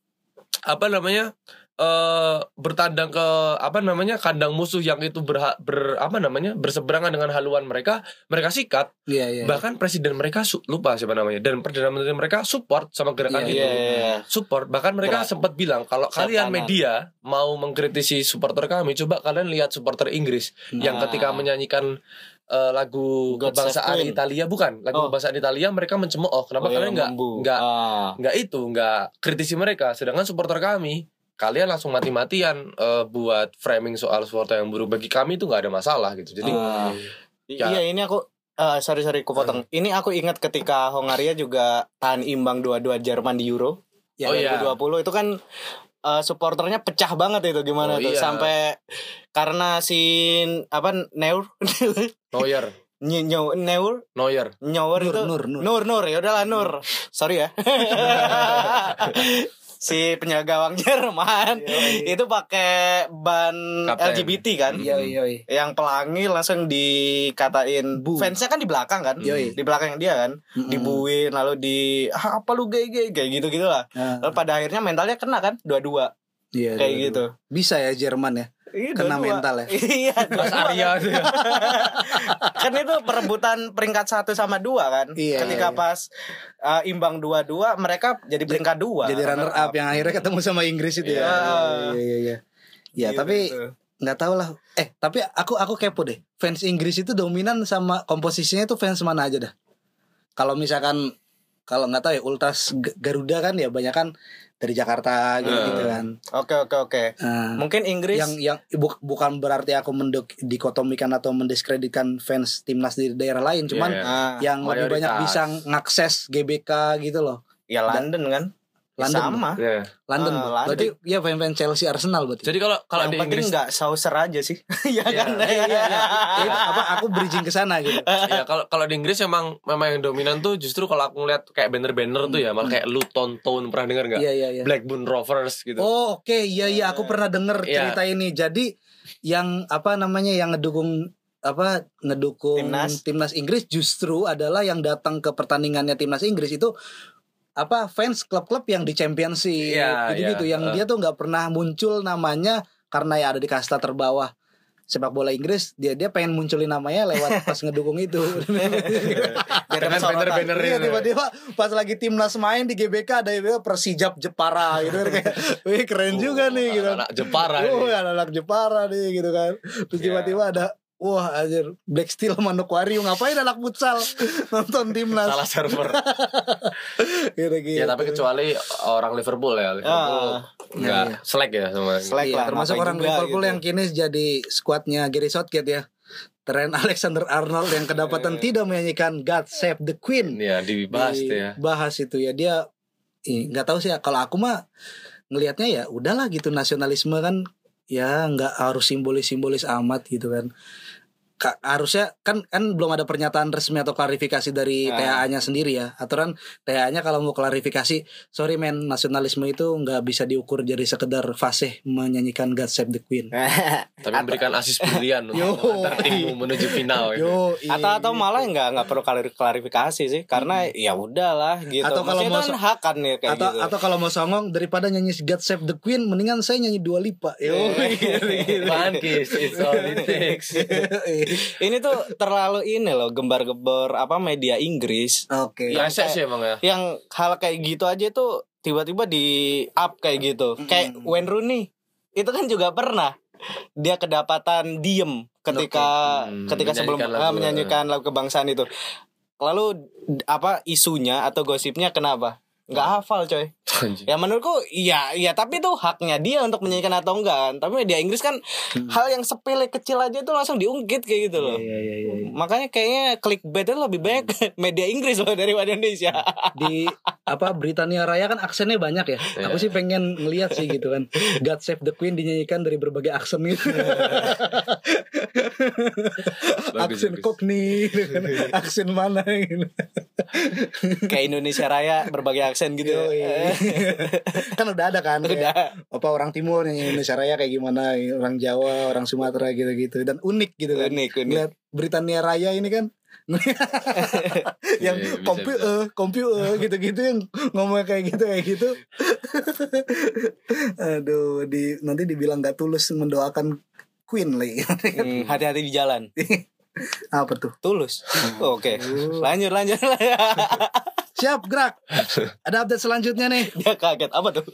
Speaker 1: bertandang ke kandang musuh yang itu berseberangan dengan haluan mereka sikat. Bahkan presiden mereka lupa siapa namanya, dan perdana menteri mereka support sama gerakan itu. Support. Bahkan mereka sempat bilang kalau kalian media mau mengkritisi supporter kami, coba kalian lihat supporter Inggris yang ketika menyanyikan lagu kebangsaan Italia, kebangsaan Italia, mereka mencemooh. Kenapa kalian nggak kritisi mereka, sedangkan supporter kami kalian langsung mati-matian buat framing soal supporter yang buruk. Bagi kami itu nggak ada masalah gitu. Jadi
Speaker 3: ini aku sorry aku potong. Ini aku ingat ketika Hongaria juga tahan imbang 2-2 Jerman di Euro 2020 itu kan supporternya pecah banget itu gimana tuh sampai karena si Neuer Nur ya udahlah Nur. Sorry ya. Si penjaga gawang Jerman itu pakai ban Kapten. LGBT kan, yang pelangi langsung dikatain fansnya kan di belakang kan, di belakang dia kan, dibuin lalu apa lu gay kayak gitu lah. Lalu pada akhirnya mentalnya kena kan 2-2 kayak gitu.
Speaker 2: Bisa ya Jerman ya. Kena mental ya.
Speaker 3: Iya, Mas Arya itu ya. Kan itu perebutan peringkat 1 sama 2 kan. Ketika pas imbang 2-2 mereka jadi peringkat 2.
Speaker 2: Jadi runner up yang akhirnya ketemu sama Inggris itu ya. Iya. Ya, tapi enggak tahu lah. Tapi aku kepo deh. Fans Inggris itu dominan sama komposisinya itu fans mana aja dah. Kalau misalkan enggak tahu ya Ultras Garuda kan ya banyak kan dari Jakarta gitu kan.
Speaker 3: Oke. Mungkin Inggris
Speaker 2: yang bukan berarti aku dikotomikan atau mendiskreditkan fans timnas di daerah lain, cuman yang lebih banyak bisa ngakses GBK gitu loh.
Speaker 3: Ya London kan.
Speaker 2: London
Speaker 3: sama.
Speaker 2: London. Berarti ya fans Chelsea Arsenal berarti.
Speaker 1: Jadi kalau di Inggris
Speaker 3: enggak sauser aja sih. Iya kan.
Speaker 2: Aku bridging ke sana gitu.
Speaker 1: Ya kalau di Inggris memang yang dominan tuh justru kalau aku ngeliat kayak banner-banner tuh ya malah kayak Luton Town, pernah denger enggak?
Speaker 2: Iya.
Speaker 1: Blackburn Rovers gitu.
Speaker 2: Oh, oke. Iya aku pernah denger cerita ini. Jadi yang yang ngedukung timnas Inggris justru adalah yang datang ke pertandingannya timnas Inggris itu fans klub-klub yang di Championship gitu-gitu yang dia tuh nggak pernah muncul namanya karena ya ada di kasta terbawah sepak bola Inggris, dia pengen munculin namanya lewat pas ngedukung itu.
Speaker 1: Dengan banner-banner itu.
Speaker 2: Tiba-tiba pas lagi timnas main di GBK ada Persijap Jepara gitu kayak, wih keren juga nih gitu.
Speaker 1: Anak Jepara.
Speaker 2: Anak Jepara nih gitu kan. Terus tiba-tiba ada wah anjir, Black Steel Manokwari ngapain anak futsal nonton timnas.
Speaker 1: Salah server.
Speaker 2: Gitu.
Speaker 1: Ya tapi kecuali orang Liverpool enggak selek ya sama.
Speaker 2: Selek lah. Termasuk orang Liverpool gitu. Yang kini jadi skuadnya Gary Southgate ya. Trent Alexander-Arnold yang kedapatan tidak menyanyikan God Save the Queen.
Speaker 1: Ya dibahas tuh ya.
Speaker 2: Bahas itu ya, dia enggak tahu sih kalau aku mah ngelihatnya ya udahlah gitu, nasionalisme kan ya nggak harus simbolis amat gitu kan. Harusnya kan belum ada pernyataan resmi atau klarifikasi dari THA-nya sendiri ya. Aturan THA-nya kalau mau klarifikasi, sorry men, nasionalisme itu nggak bisa diukur jadi sekedar fasih menyanyikan God Save the Queen.
Speaker 1: Tapi memberikan asis brilian untuk antar timmu menuju final.
Speaker 3: Atau malah nggak perlu klarifikasi sih, karena ya udahlah gitu.
Speaker 2: Atau kalau mau
Speaker 3: hak kan ya kayak gitu.
Speaker 2: Atau kalau mau songong daripada nyanyi God Save the Queen, mendingan saya nyanyi Dua Lipa.
Speaker 1: Pankis, it's all it takes.
Speaker 3: Ini tuh terlalu gembar-gebor media Inggris.
Speaker 2: Oke.
Speaker 1: Rese sih emang ya.
Speaker 3: Yang hal kayak gitu aja tuh tiba-tiba di up kayak gitu. Kayak Wayne Rooney. Itu kan juga pernah dia kedapatan diem ketika sebelum menyanyikan lagu kebangsaan itu. Lalu isunya atau gosipnya kenapa? Nggak hafal coy.
Speaker 1: Anjing.
Speaker 3: Ya menurutku iya tapi itu haknya dia untuk menyanyikan atau enggak. Tapi media Inggris kan hal yang sepele kecil aja tuh langsung diungkit kayak gitu loh.
Speaker 2: Iya.
Speaker 3: Makanya kayaknya clickbait itu lebih banyak media Inggris loh daripada Indonesia.
Speaker 2: Di Britania Raya kan aksennya banyak ya. Aku sih pengen ngeliat sih gitu kan. God Save the Queen dinyanyikan dari berbagai aksen gitu. Aksen Cockney, aksen mana gitu.
Speaker 3: Kayak Indonesia Raya berbagai aksen gitu.
Speaker 2: Kan udah ada kan.
Speaker 3: Udah.
Speaker 2: Apa orang timur yang Indonesia Raya kayak gimana, orang Jawa, orang Sumatera gitu-gitu, dan unik gitu kan.
Speaker 3: Unik.
Speaker 2: Lihat Britania Raya ini kan yang komputer gitu-gitu yang ngomong kayak gitu. Aduh, nanti dibilang gak tulus mendoakan Queen lagi.
Speaker 3: Hati-hati di jalan.
Speaker 2: Apa tuh?
Speaker 3: Tulus. Oke. Lanjut.
Speaker 2: Siap, gerak. Ada update selanjutnya nih.
Speaker 3: Dia kaget apa tuh?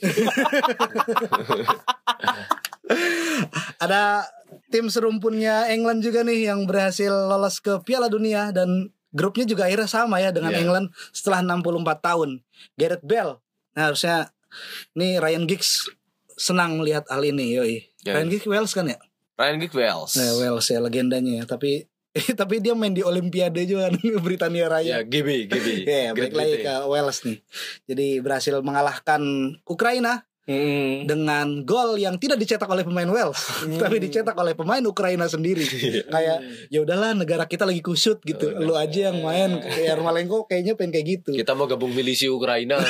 Speaker 2: Ada tim serumpunnya England juga nih yang berhasil lolos ke Piala Dunia, dan grupnya juga akhirnya sama ya dengan England setelah 64 tahun. Gareth Bale. Nah, harusnya nih Ryan Giggs senang melihat hal ini, yoi. Ryan Giggs Wales kan ya?
Speaker 1: Ryan Giggs Wales.
Speaker 2: Nah, Wales ya legendanya ya, tapi dia main di Olimpiade juga kan, Britania Raya.
Speaker 1: Ya, GB.
Speaker 2: Ya, balik lagi ke Wales nih. Jadi berhasil mengalahkan Ukraina dengan gol yang tidak dicetak oleh pemain Wales, tapi dicetak oleh pemain Ukraina sendiri. Kayak ya udahlah, negara kita lagi kusut gitu. Lu aja yang main. Kayak Yarmolenko kayaknya pengen kayak gitu.
Speaker 1: Kita mau gabung milisi Ukraina.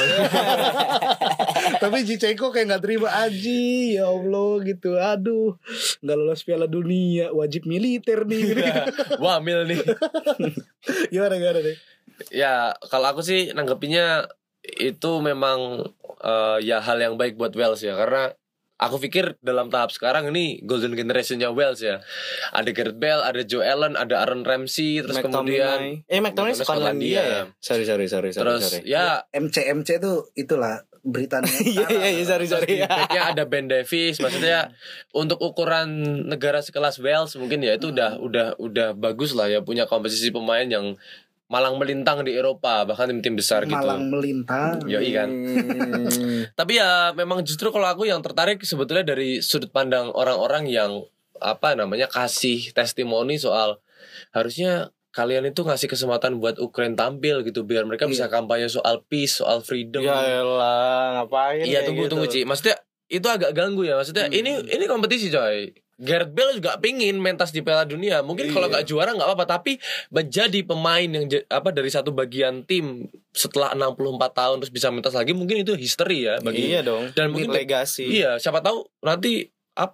Speaker 2: Tapi Zinchenko kayak nggak terima, aji ya Allah gitu. Aduh, nggak lolos Piala Dunia, wajib militer nih.
Speaker 1: Wamil nih.
Speaker 2: Gimana deh?
Speaker 1: Ya, kalau aku sih nanggepinnya itu memang ya hal yang baik buat Wales ya, karena aku pikir dalam tahap sekarang ini golden generationnya Wales ya. Ada Gareth Bale, ada Joe Allen, ada Aaron Ramsey, terus kemudian
Speaker 3: McTominay Skotlandia ya. Sorry.
Speaker 1: Terus ya
Speaker 2: MC tuh itulah Britania.
Speaker 3: Iya, sorry.
Speaker 1: Backnya ada Ben Davies, maksudnya untuk ukuran negara sekelas Wales mungkin ya itu udah bagus lah ya, punya komposisi pemain yang malang melintang di Eropa, bahkan tim-tim besar gitu.
Speaker 2: Malang melintang.
Speaker 1: Yoi kan. Tapi ya memang justru kalau aku yang tertarik sebetulnya dari sudut pandang orang-orang yang kasih testimoni soal harusnya kalian itu ngasih kesempatan buat Ukraine tampil gitu, biar mereka bisa kampanye soal peace, soal freedom.
Speaker 3: Ya elah, ngapain?
Speaker 1: Iya, tunggu Ci. Maksudnya itu agak ganggu ya. Maksudnya ini kompetisi coy. Gareth Bale juga pingin mentas di Piala Dunia. Mungkin kalau gak juara gak apa-apa, tapi menjadi pemain yang dari satu bagian tim setelah 64 tahun terus bisa mentas lagi, mungkin itu history ya bagi.
Speaker 3: Iya dong.
Speaker 1: Dan mungkin
Speaker 3: legasi.
Speaker 1: Iya, siapa tahu nanti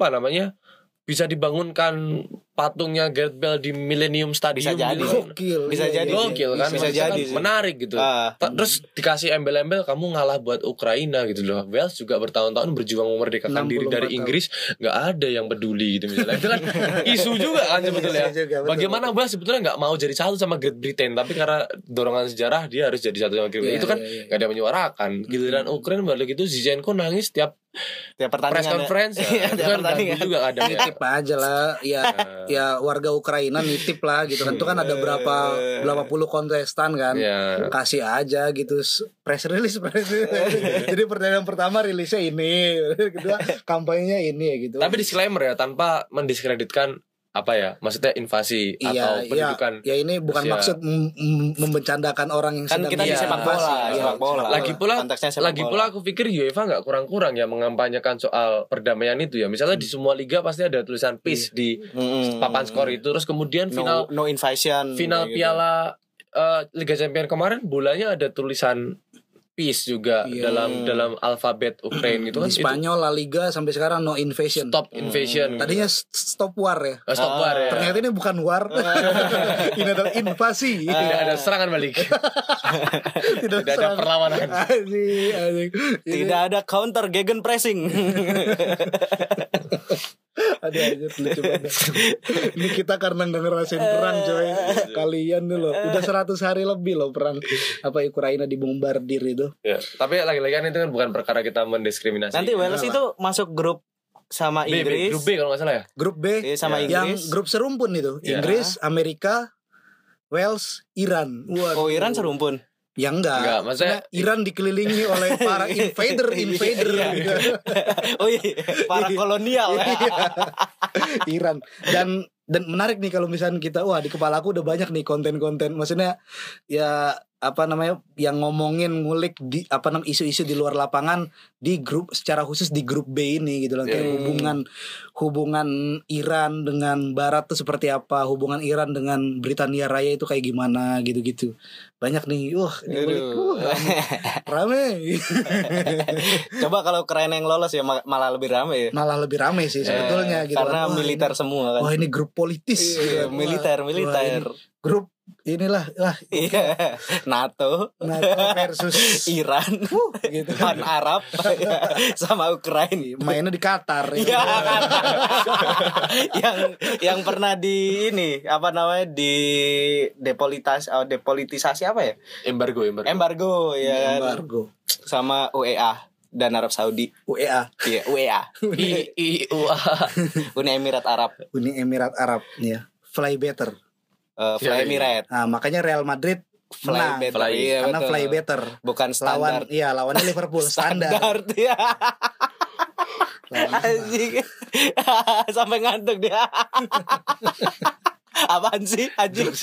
Speaker 1: bisa dibangunkan patungnya Gareth Bale di Millennium Stadium.
Speaker 3: Bisa jadi.
Speaker 2: Bisa jadi.
Speaker 1: Gokil kan.
Speaker 3: Bisa jadi sih.
Speaker 1: Menarik gitu. Terus dikasih embel-embel kamu ngalah buat Ukraina gitu loh. Wales juga bertahun-tahun berjuang memerdekakan diri dari Inggris, nggak ada yang peduli gitu misalnya. Itu kan isu juga kan sebetulnya. Bagaimana Wales sebetulnya nggak mau jadi satu sama Great Britain, tapi karena dorongan sejarah dia harus jadi satu sama Great Britain. Itu kan nggak ada yang menyuarakan. Giliran Ukraina balik itu Zinchenko nangis tiap press conference. Tiap pertandingan juga kadang ya.
Speaker 2: Nitip aja lah ya warga Ukraina nitip lah gitu kan. Itu kan ada berapa puluh kontestan kan. Kasih aja gitu press release. Jadi pertandingan pertama rilisnya ini, kedua kampanyenya ini ya gitu.
Speaker 1: Tapi disclaimer ya, tanpa mendiskreditkan maksudnya invasi atau pendudukan.
Speaker 2: Ya ini bukan maksud membercandakan orang yang
Speaker 3: kan
Speaker 2: sedang
Speaker 3: kita di sepak bola.
Speaker 1: Lagi pula aku pikir UEFA nggak kurang-kurang ya mengampanyekan soal perdamaian itu ya. Misalnya di semua liga pasti ada tulisan peace di papan skor itu. Terus kemudian final
Speaker 3: invasion,
Speaker 1: final Piala Liga Champions kemarin bolanya ada tulisan peace juga dalam alfabet Ukraine gitu kan.
Speaker 2: Di Spanyol La Liga sampai sekarang no invasion.
Speaker 1: Stop invasion.
Speaker 2: Tadinya stop war ya.
Speaker 1: Stop war ya.
Speaker 2: Ternyata ini bukan war. Ini adalah invasi.
Speaker 1: Tidak ada serangan balik. Tidak ada perlawanan.
Speaker 3: Tidak ada counter gegen pressing.
Speaker 2: Aduh lucu banget. Ini kita karena gak ngerasain perang coy. Kalian tuh loh udah 100 hari lebih loh perang Ukraina dibombardir itu
Speaker 1: ya. Tapi lagi-lagi kan itu kan bukan perkara kita mendiskriminasi.
Speaker 3: Nanti Wales itu masuk grup sama Inggris.
Speaker 1: Grup B kalau gak salah ya.
Speaker 2: Grup B
Speaker 3: sama Inggris.
Speaker 2: Yang grup serumpun itu Inggris, Amerika, Wales, Iran.
Speaker 3: Waduh. Oh Iran serumpun.
Speaker 2: Ya enggak,
Speaker 1: maksudnya
Speaker 2: Iran dikelilingi oleh para invader.
Speaker 3: Oh iya, para kolonial.
Speaker 2: Iran. Dan menarik nih kalau misalnya kita di kepala aku udah banyak nih konten-konten, maksudnya ya yang ngomongin ngulik di isu-isu di luar lapangan di grup, secara khusus di grup B ini gitu loh. Kayak hubungan Iran dengan Barat tuh seperti apa, hubungan Iran dengan Britania Raya itu kayak gimana gitu-gitu. Banyak nih, rame.
Speaker 3: Coba kalau keren yang lolos ya malah lebih rame ya.
Speaker 2: Malah lebih rame sih sebetulnya gitu.
Speaker 3: Karena militer semua kan.
Speaker 2: Wah, ini grup politis gitu.
Speaker 3: Militer.
Speaker 2: Grup inilah
Speaker 3: NATO
Speaker 2: versus
Speaker 3: Iran
Speaker 2: gitu.
Speaker 3: Pan Arab sama Ukraina.
Speaker 2: Mainnya di Qatar
Speaker 3: ya. yang pernah di ini di depolitisasi apa ya?
Speaker 1: Embargo
Speaker 3: ya. Embargo. Sama UEA dan Arab Saudi.
Speaker 2: UEA.
Speaker 3: Iya, UEA. Uni Emirat Arab.
Speaker 2: Ya. Fly better.
Speaker 3: Fly Emirat.
Speaker 2: Nah, makanya Real Madrid menang. Karena
Speaker 3: betul.
Speaker 2: Fly better.
Speaker 3: Bukan standar.
Speaker 2: Lawannya Liverpool standar.
Speaker 3: Ya. Anjing. Sampai ngantuk dia. Apaan sih anjing?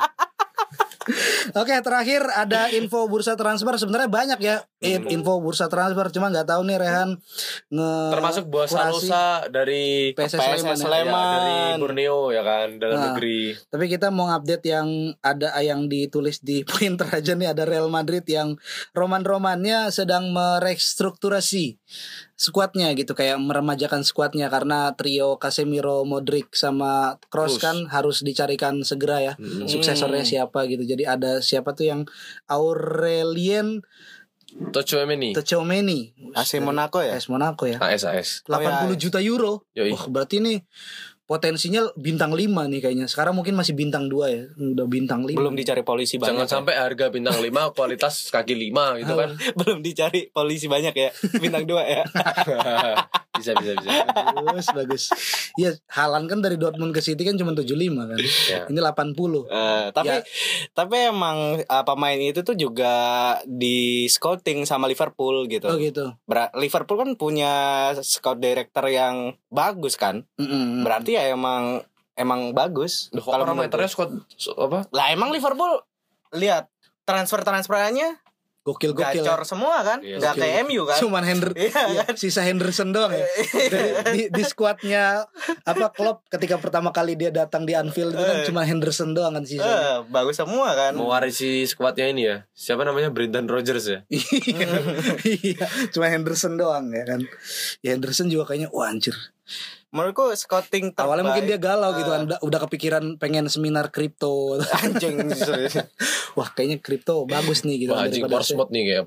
Speaker 2: Oke, terakhir ada info bursa transfer. Sebenarnya banyak ya info bursa transfer, cuma nggak tahu nih Rehan
Speaker 1: termasuk Bosa dari
Speaker 2: PSS Sleman.
Speaker 1: Ya, dari Borneo ya kan, dalam negeri.
Speaker 2: Tapi kita mau update yang ada yang ditulis di pointer aja nih. Ada Real Madrid yang roman-romannya sedang merestrukturasi skuadnya gitu, kayak meremajakan skuadnya karena trio Casemiro, Modric sama Kroos kan harus dicarikan segera ya suksesornya siapa gitu. Jadi ada siapa tuh yang Aurelien
Speaker 1: Tchouaméni.
Speaker 3: AC Monaco ya?
Speaker 2: AS Monaco ya.
Speaker 1: AS.
Speaker 2: 80 juta euro.
Speaker 1: Yoi.
Speaker 2: Wah, berarti nih potensinya bintang 5 nih kayaknya. Sekarang mungkin masih bintang 2 ya. Udah bintang 5.
Speaker 3: Belum dicari polisi banyak.
Speaker 1: Jangan sampai harga bintang 5 kualitas kaki 5 gitu kan.
Speaker 3: Belum dicari polisi banyak ya. Bintang 2 ya.
Speaker 1: Bisa.
Speaker 2: Bagus. Iya, Haaland kan dari Dortmund ke City kan cuma 75 kan.
Speaker 1: Ya.
Speaker 2: Ini 80.
Speaker 3: Tapi emang pemain itu tuh juga di scouting sama Liverpool gitu.
Speaker 2: Oh gitu.
Speaker 3: Liverpool kan punya scout director yang bagus kan. Berarti ya emang bagus.
Speaker 1: Kalau parameternya squad apa?
Speaker 3: Lah emang Liverpool lihat transferannya
Speaker 2: Gokil
Speaker 3: gacor semua kan, nggak kayak MU kan.
Speaker 2: Cuman sisa Henderson doang ya. di skuadnya Klopp ketika pertama kali dia datang di Anfield itu kan cuma Henderson doang kan sisa.
Speaker 3: Bagus semua kan.
Speaker 1: Mewarisi skuadnya ini ya. Siapa namanya? Brendan Rodgers ya.
Speaker 2: Iya, cuma Henderson doang ya kan. Ya Henderson juga kayaknya anjir.
Speaker 3: Menurutku scouting terbaik.
Speaker 2: Awalnya mungkin dia galau gitu kan, udah kepikiran pengen seminar kripto.
Speaker 3: Anjing.
Speaker 2: Wah, kayaknya kripto bagus nih gitu.
Speaker 1: Wah, anjing Portsmouth nih.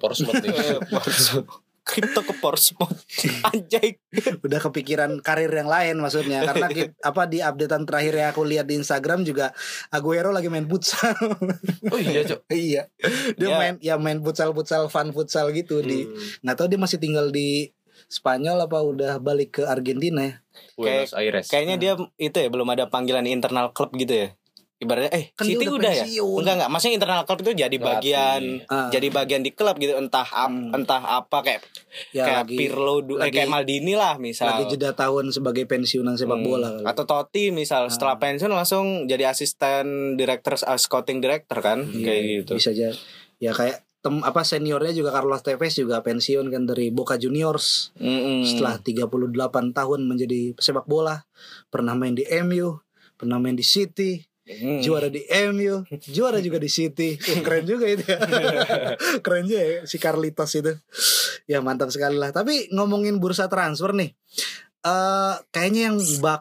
Speaker 3: Kripto ke Portsmouth. Anjing.
Speaker 2: Udah kepikiran karir yang lain maksudnya. Karena di updatean terakhir yang aku lihat di Instagram juga Aguero lagi main futsal.
Speaker 1: Oh iya, Cok.
Speaker 2: Iya. Dia main futsal fun futsal gitu di. Enggak tahu dia masih tinggal di Spanyol apa udah balik ke Argentina ya.
Speaker 1: Buenos Aires.
Speaker 3: Kayaknya dia itu ya belum ada panggilan internal klub gitu ya. Ibaratnya
Speaker 2: kan
Speaker 3: City udah ya? Enggak, maksudnya internal klub itu jadi bagian di klub gitu, entah apa kayak Pirlo kayak Maldini lah misal.
Speaker 2: Lagi jeda tahun sebagai pensiunan sepak bola kali.
Speaker 3: Atau Totti misal setelah pensiun langsung jadi asisten director scouting director kan, kayak gitu.
Speaker 2: Bisa aja. Ya kayak seniornya juga Carlos Tevez juga pensiun kan dari Boca Juniors setelah 38 tahun menjadi pesepak bola, pernah main di MU, pernah main di City, juara di MU, juara juga di City. Keren juga itu ya. Keren juga ya si Carlitos itu. Ya mantap sekali lah. Tapi ngomongin bursa transfer nih, kayaknya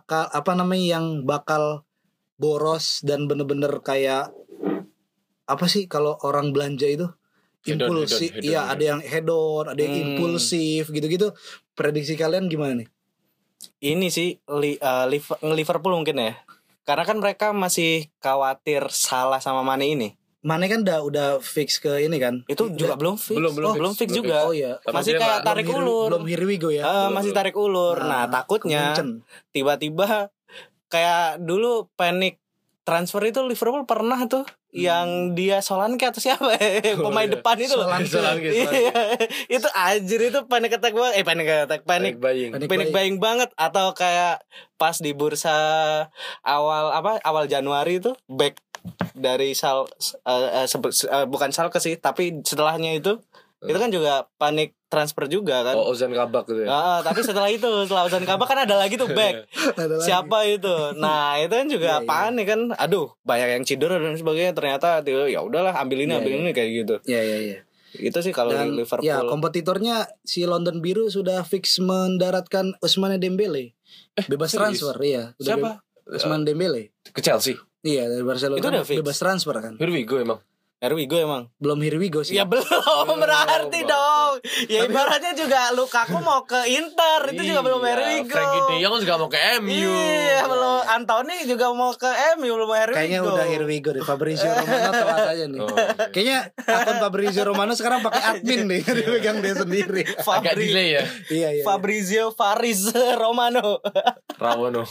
Speaker 2: yang bakal boros dan bener-bener kayak apa sih kalau orang belanja itu impulsif. Iya, ada yang hedon, ada yang impulsif gitu-gitu. Prediksi kalian gimana nih?
Speaker 3: Ini sih Liverpool mungkin ya. Karena kan mereka masih khawatir salah sama Mane ini.
Speaker 2: Mane kan udah fix ke ini kan.
Speaker 3: Itu juga belum fix. Belum fix juga.
Speaker 2: Oh iya.
Speaker 3: Masih kayak tarik ulur.
Speaker 2: Belum here we go ya.
Speaker 3: Masih tarik ulur. Nah, takutnya tiba-tiba kayak dulu panic transfer itu Liverpool pernah tuh yang dia Solanke atau siapa pemain depan itu loh.
Speaker 1: Solanke.
Speaker 3: Iya, itu anjir itu panic attack banget. Panic buying banget. Atau kayak pas di bursa awal Januari itu back dari bukan Schalke sih, tapi setelahnya itu kan juga panik transfer juga kan.
Speaker 1: Ozan Kabak gitu ya.
Speaker 3: Tapi setelah Ozan Kabak kan ada lagi tuh back. Siapa itu? Nah, itu kan juga panik kan. Aduh, banyak yang cedera dan sebagainya. Ternyata ya udahlah ambil ini kayak gitu.
Speaker 2: Iya.
Speaker 3: Itu sih kalau di Liverpool.
Speaker 2: Ya, kompetitornya si London Biru sudah fix mendaratkan Ousmane Dembele. Bebas transfer, iya.
Speaker 1: Siapa?
Speaker 2: Ousmane Dembele.
Speaker 1: Ke Chelsea.
Speaker 2: Iya, dari Barcelona.
Speaker 3: Itu udah fix.
Speaker 2: Bebas transfer kan.
Speaker 1: Here we go emang.
Speaker 3: Erwigo emang.
Speaker 2: Belum here we go sih.
Speaker 3: Ya belum berarti dong. Ya ibaratnya juga Lukaku mau ke Inter, itu juga belum Erwigo.
Speaker 1: Frankie De Jong juga mau ke MU.
Speaker 3: Iya, belum. Anthony juga mau ke MU, belum Erwigo.
Speaker 2: Kayaknya udah here we go deh. Fabrizio Romano telat aja nih. Kayaknya akun Fabrizio Romano sekarang pakai admin nih, dipegang dia sendiri.
Speaker 1: Agak delay ya.
Speaker 2: Iya.
Speaker 3: Fabrizio Faris Romano.
Speaker 1: Rawono.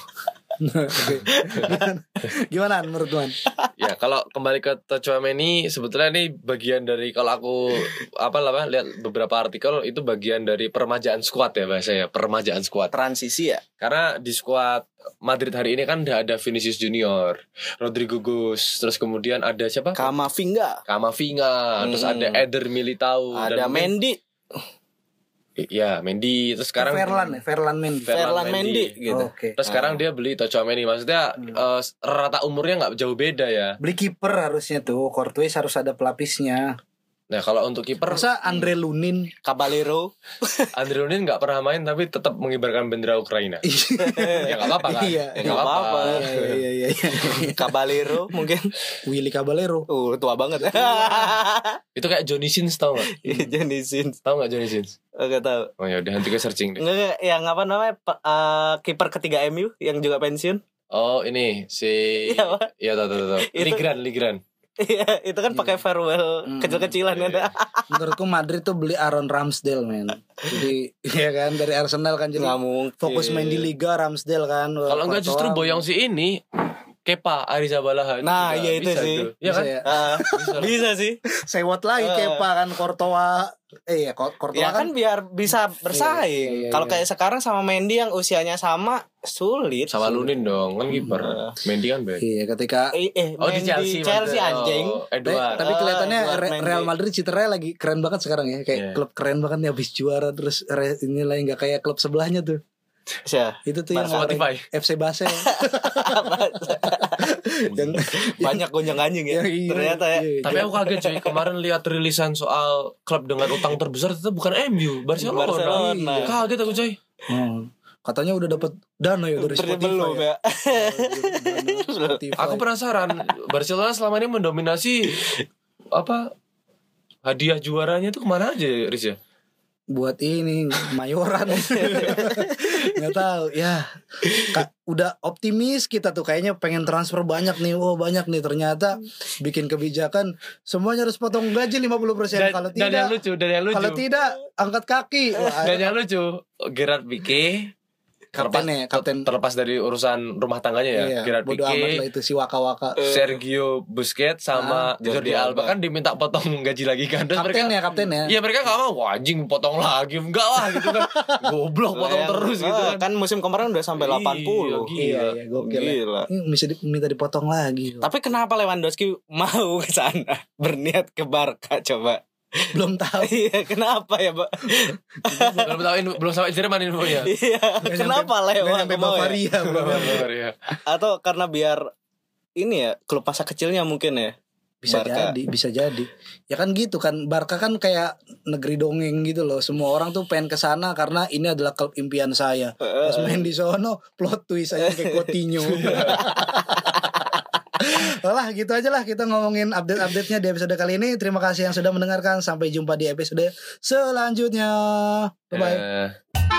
Speaker 2: Gimana menurut Tuan?
Speaker 1: Ya, kalau kembali ke Tchouaméni sebetulnya ini bagian dari, kalau aku lihat beberapa artikel, itu bagian dari peremajaan skuad ya bahasanya, peremajaan skuad.
Speaker 3: Transisi ya.
Speaker 1: Karena di skuad Madrid hari ini kan udah ada Vinicius Junior, Rodrigo Gus, terus kemudian ada siapa?
Speaker 3: Kamavinga,
Speaker 1: terus ada Eder Militao,
Speaker 3: ada Mendy.
Speaker 1: Iya, Mendy. Terus sekarang
Speaker 2: Ferland
Speaker 3: Mendy gitu.
Speaker 2: Okay.
Speaker 1: Terus sekarang dia beli Tchouaméni. Maksudnya rata umurnya nggak jauh beda ya.
Speaker 2: Beli kiper harusnya tuh, Courtois harus ada pelapisnya.
Speaker 1: Nah, kalau untuk kiper,
Speaker 2: masa Andre Lunin
Speaker 1: nggak pernah main tapi tetap mengibarkan bendera Ukraina. Ya nggak apa-apa kan?
Speaker 2: Iya,
Speaker 1: nggak apa-apa.
Speaker 2: Iya.
Speaker 3: Caballero mungkin.
Speaker 2: Willy Caballero.
Speaker 3: Tua banget.
Speaker 1: Itu kayak Johnny Sins, tau nggak?
Speaker 3: Johnny Sins.
Speaker 1: Tahu nggak Johnny Sins?
Speaker 3: Nggak tahu.
Speaker 1: Oh ya udah, nanti gue searching deh.
Speaker 3: Nggak, yang apa namanya kiper ketiga MU yang juga pensiun.
Speaker 1: Oh ini si. Iya tahu. Ligran.
Speaker 3: Iya, itu kan pakai farewell kecil-kecilan kan.
Speaker 2: Menurutku Madrid tuh beli Aaron Ramsdale, men. Jadi ya kan dari Arsenal kan, jadi fokus main di Liga Ramsdale kan.
Speaker 1: Kalau enggak justru boyong si ini Kepa Arrizabalaga.
Speaker 3: Nah, iya itu sih.
Speaker 1: Iya kan?
Speaker 3: Bisa sih.
Speaker 2: Sewot lagi Kepa kan, Courtois. Courtois
Speaker 3: ya kan biar bisa bersaing. Kalau kayak sekarang sama Mendy yang usianya sama, sulit.
Speaker 1: Sama Lunin dong, kan kiper. Mendy kan baik.
Speaker 2: Iya, ketika
Speaker 1: di
Speaker 3: Chelsea anjing.
Speaker 2: Tapi kelihatannya Real Madrid citranya lagi keren banget sekarang ya. Kayak klub keren banget nih, habis juara terus inilah enggak kayak klub sebelahnya tuh. Itu tuh yang
Speaker 1: Spotify
Speaker 2: FC Basel.
Speaker 1: yang
Speaker 3: banyak gonjang-ganjing ya. Ternyata ya.
Speaker 1: Tapi aku kaget cuy, kemarin lihat rilisan soal klub dengan utang terbesar itu bukan MU, Barcelona. Kaget aku cuy.
Speaker 2: Katanya udah dapat dana ya dari Spotify.
Speaker 3: Belum ya.
Speaker 1: Aku penasaran, Barcelona selama ini mendominasi hadiah juaranya itu kemana aja, Riz ya?
Speaker 2: Buat ini Mayoran. Nggak tahu ya. Udah optimis kita tuh, kayaknya pengen transfer banyak nih. Banyak nih, ternyata bikin kebijakan semuanya harus potong gaji 50%. Kalau tidak,
Speaker 1: dan yang lucu.
Speaker 2: Kalau tidak angkat kaki.
Speaker 1: Dan yang lucu, Gerard Pique
Speaker 2: kapten
Speaker 1: terlepas dari urusan rumah tangganya ya, Gerard Pique,
Speaker 2: amat lah itu si waka-waka,
Speaker 1: Sergio Busquets sama Jordi Alba kan diminta potong gaji lagi kan. Terus
Speaker 2: kapten ya.
Speaker 1: Iya, mereka gak mau. Wah, anjing potong lagi, enggak lah gitu kan. Goblok potong terus gitu kan.
Speaker 3: Kan musim kemarin udah sampai 80.
Speaker 2: Iya, gila. Bisa minta dipotong lagi.
Speaker 3: Tapi kenapa Lewandowski mau ke sana, berniat ke Barca coba?
Speaker 2: Belum tahu.
Speaker 3: Iya, kenapa ya, Pak?
Speaker 1: belum sampai Jerman infonya.
Speaker 3: Iya, kenapa Lewat mau
Speaker 1: ya?
Speaker 3: Atau karena biar ini ya, klub masa kecilnya mungkin ya.
Speaker 2: Bisa jadi. Ya kan gitu kan, Barca kan kayak negeri dongeng gitu loh. Semua orang tuh pengen ke sana karena ini adalah klub impian saya. Pas main di sono, plot twist aja kayak Coutinho. Lah gitu aja lah kita ngomongin update-update-nya di episode kali ini. Terima kasih yang sudah mendengarkan. Sampai jumpa di episode selanjutnya. Bye-bye.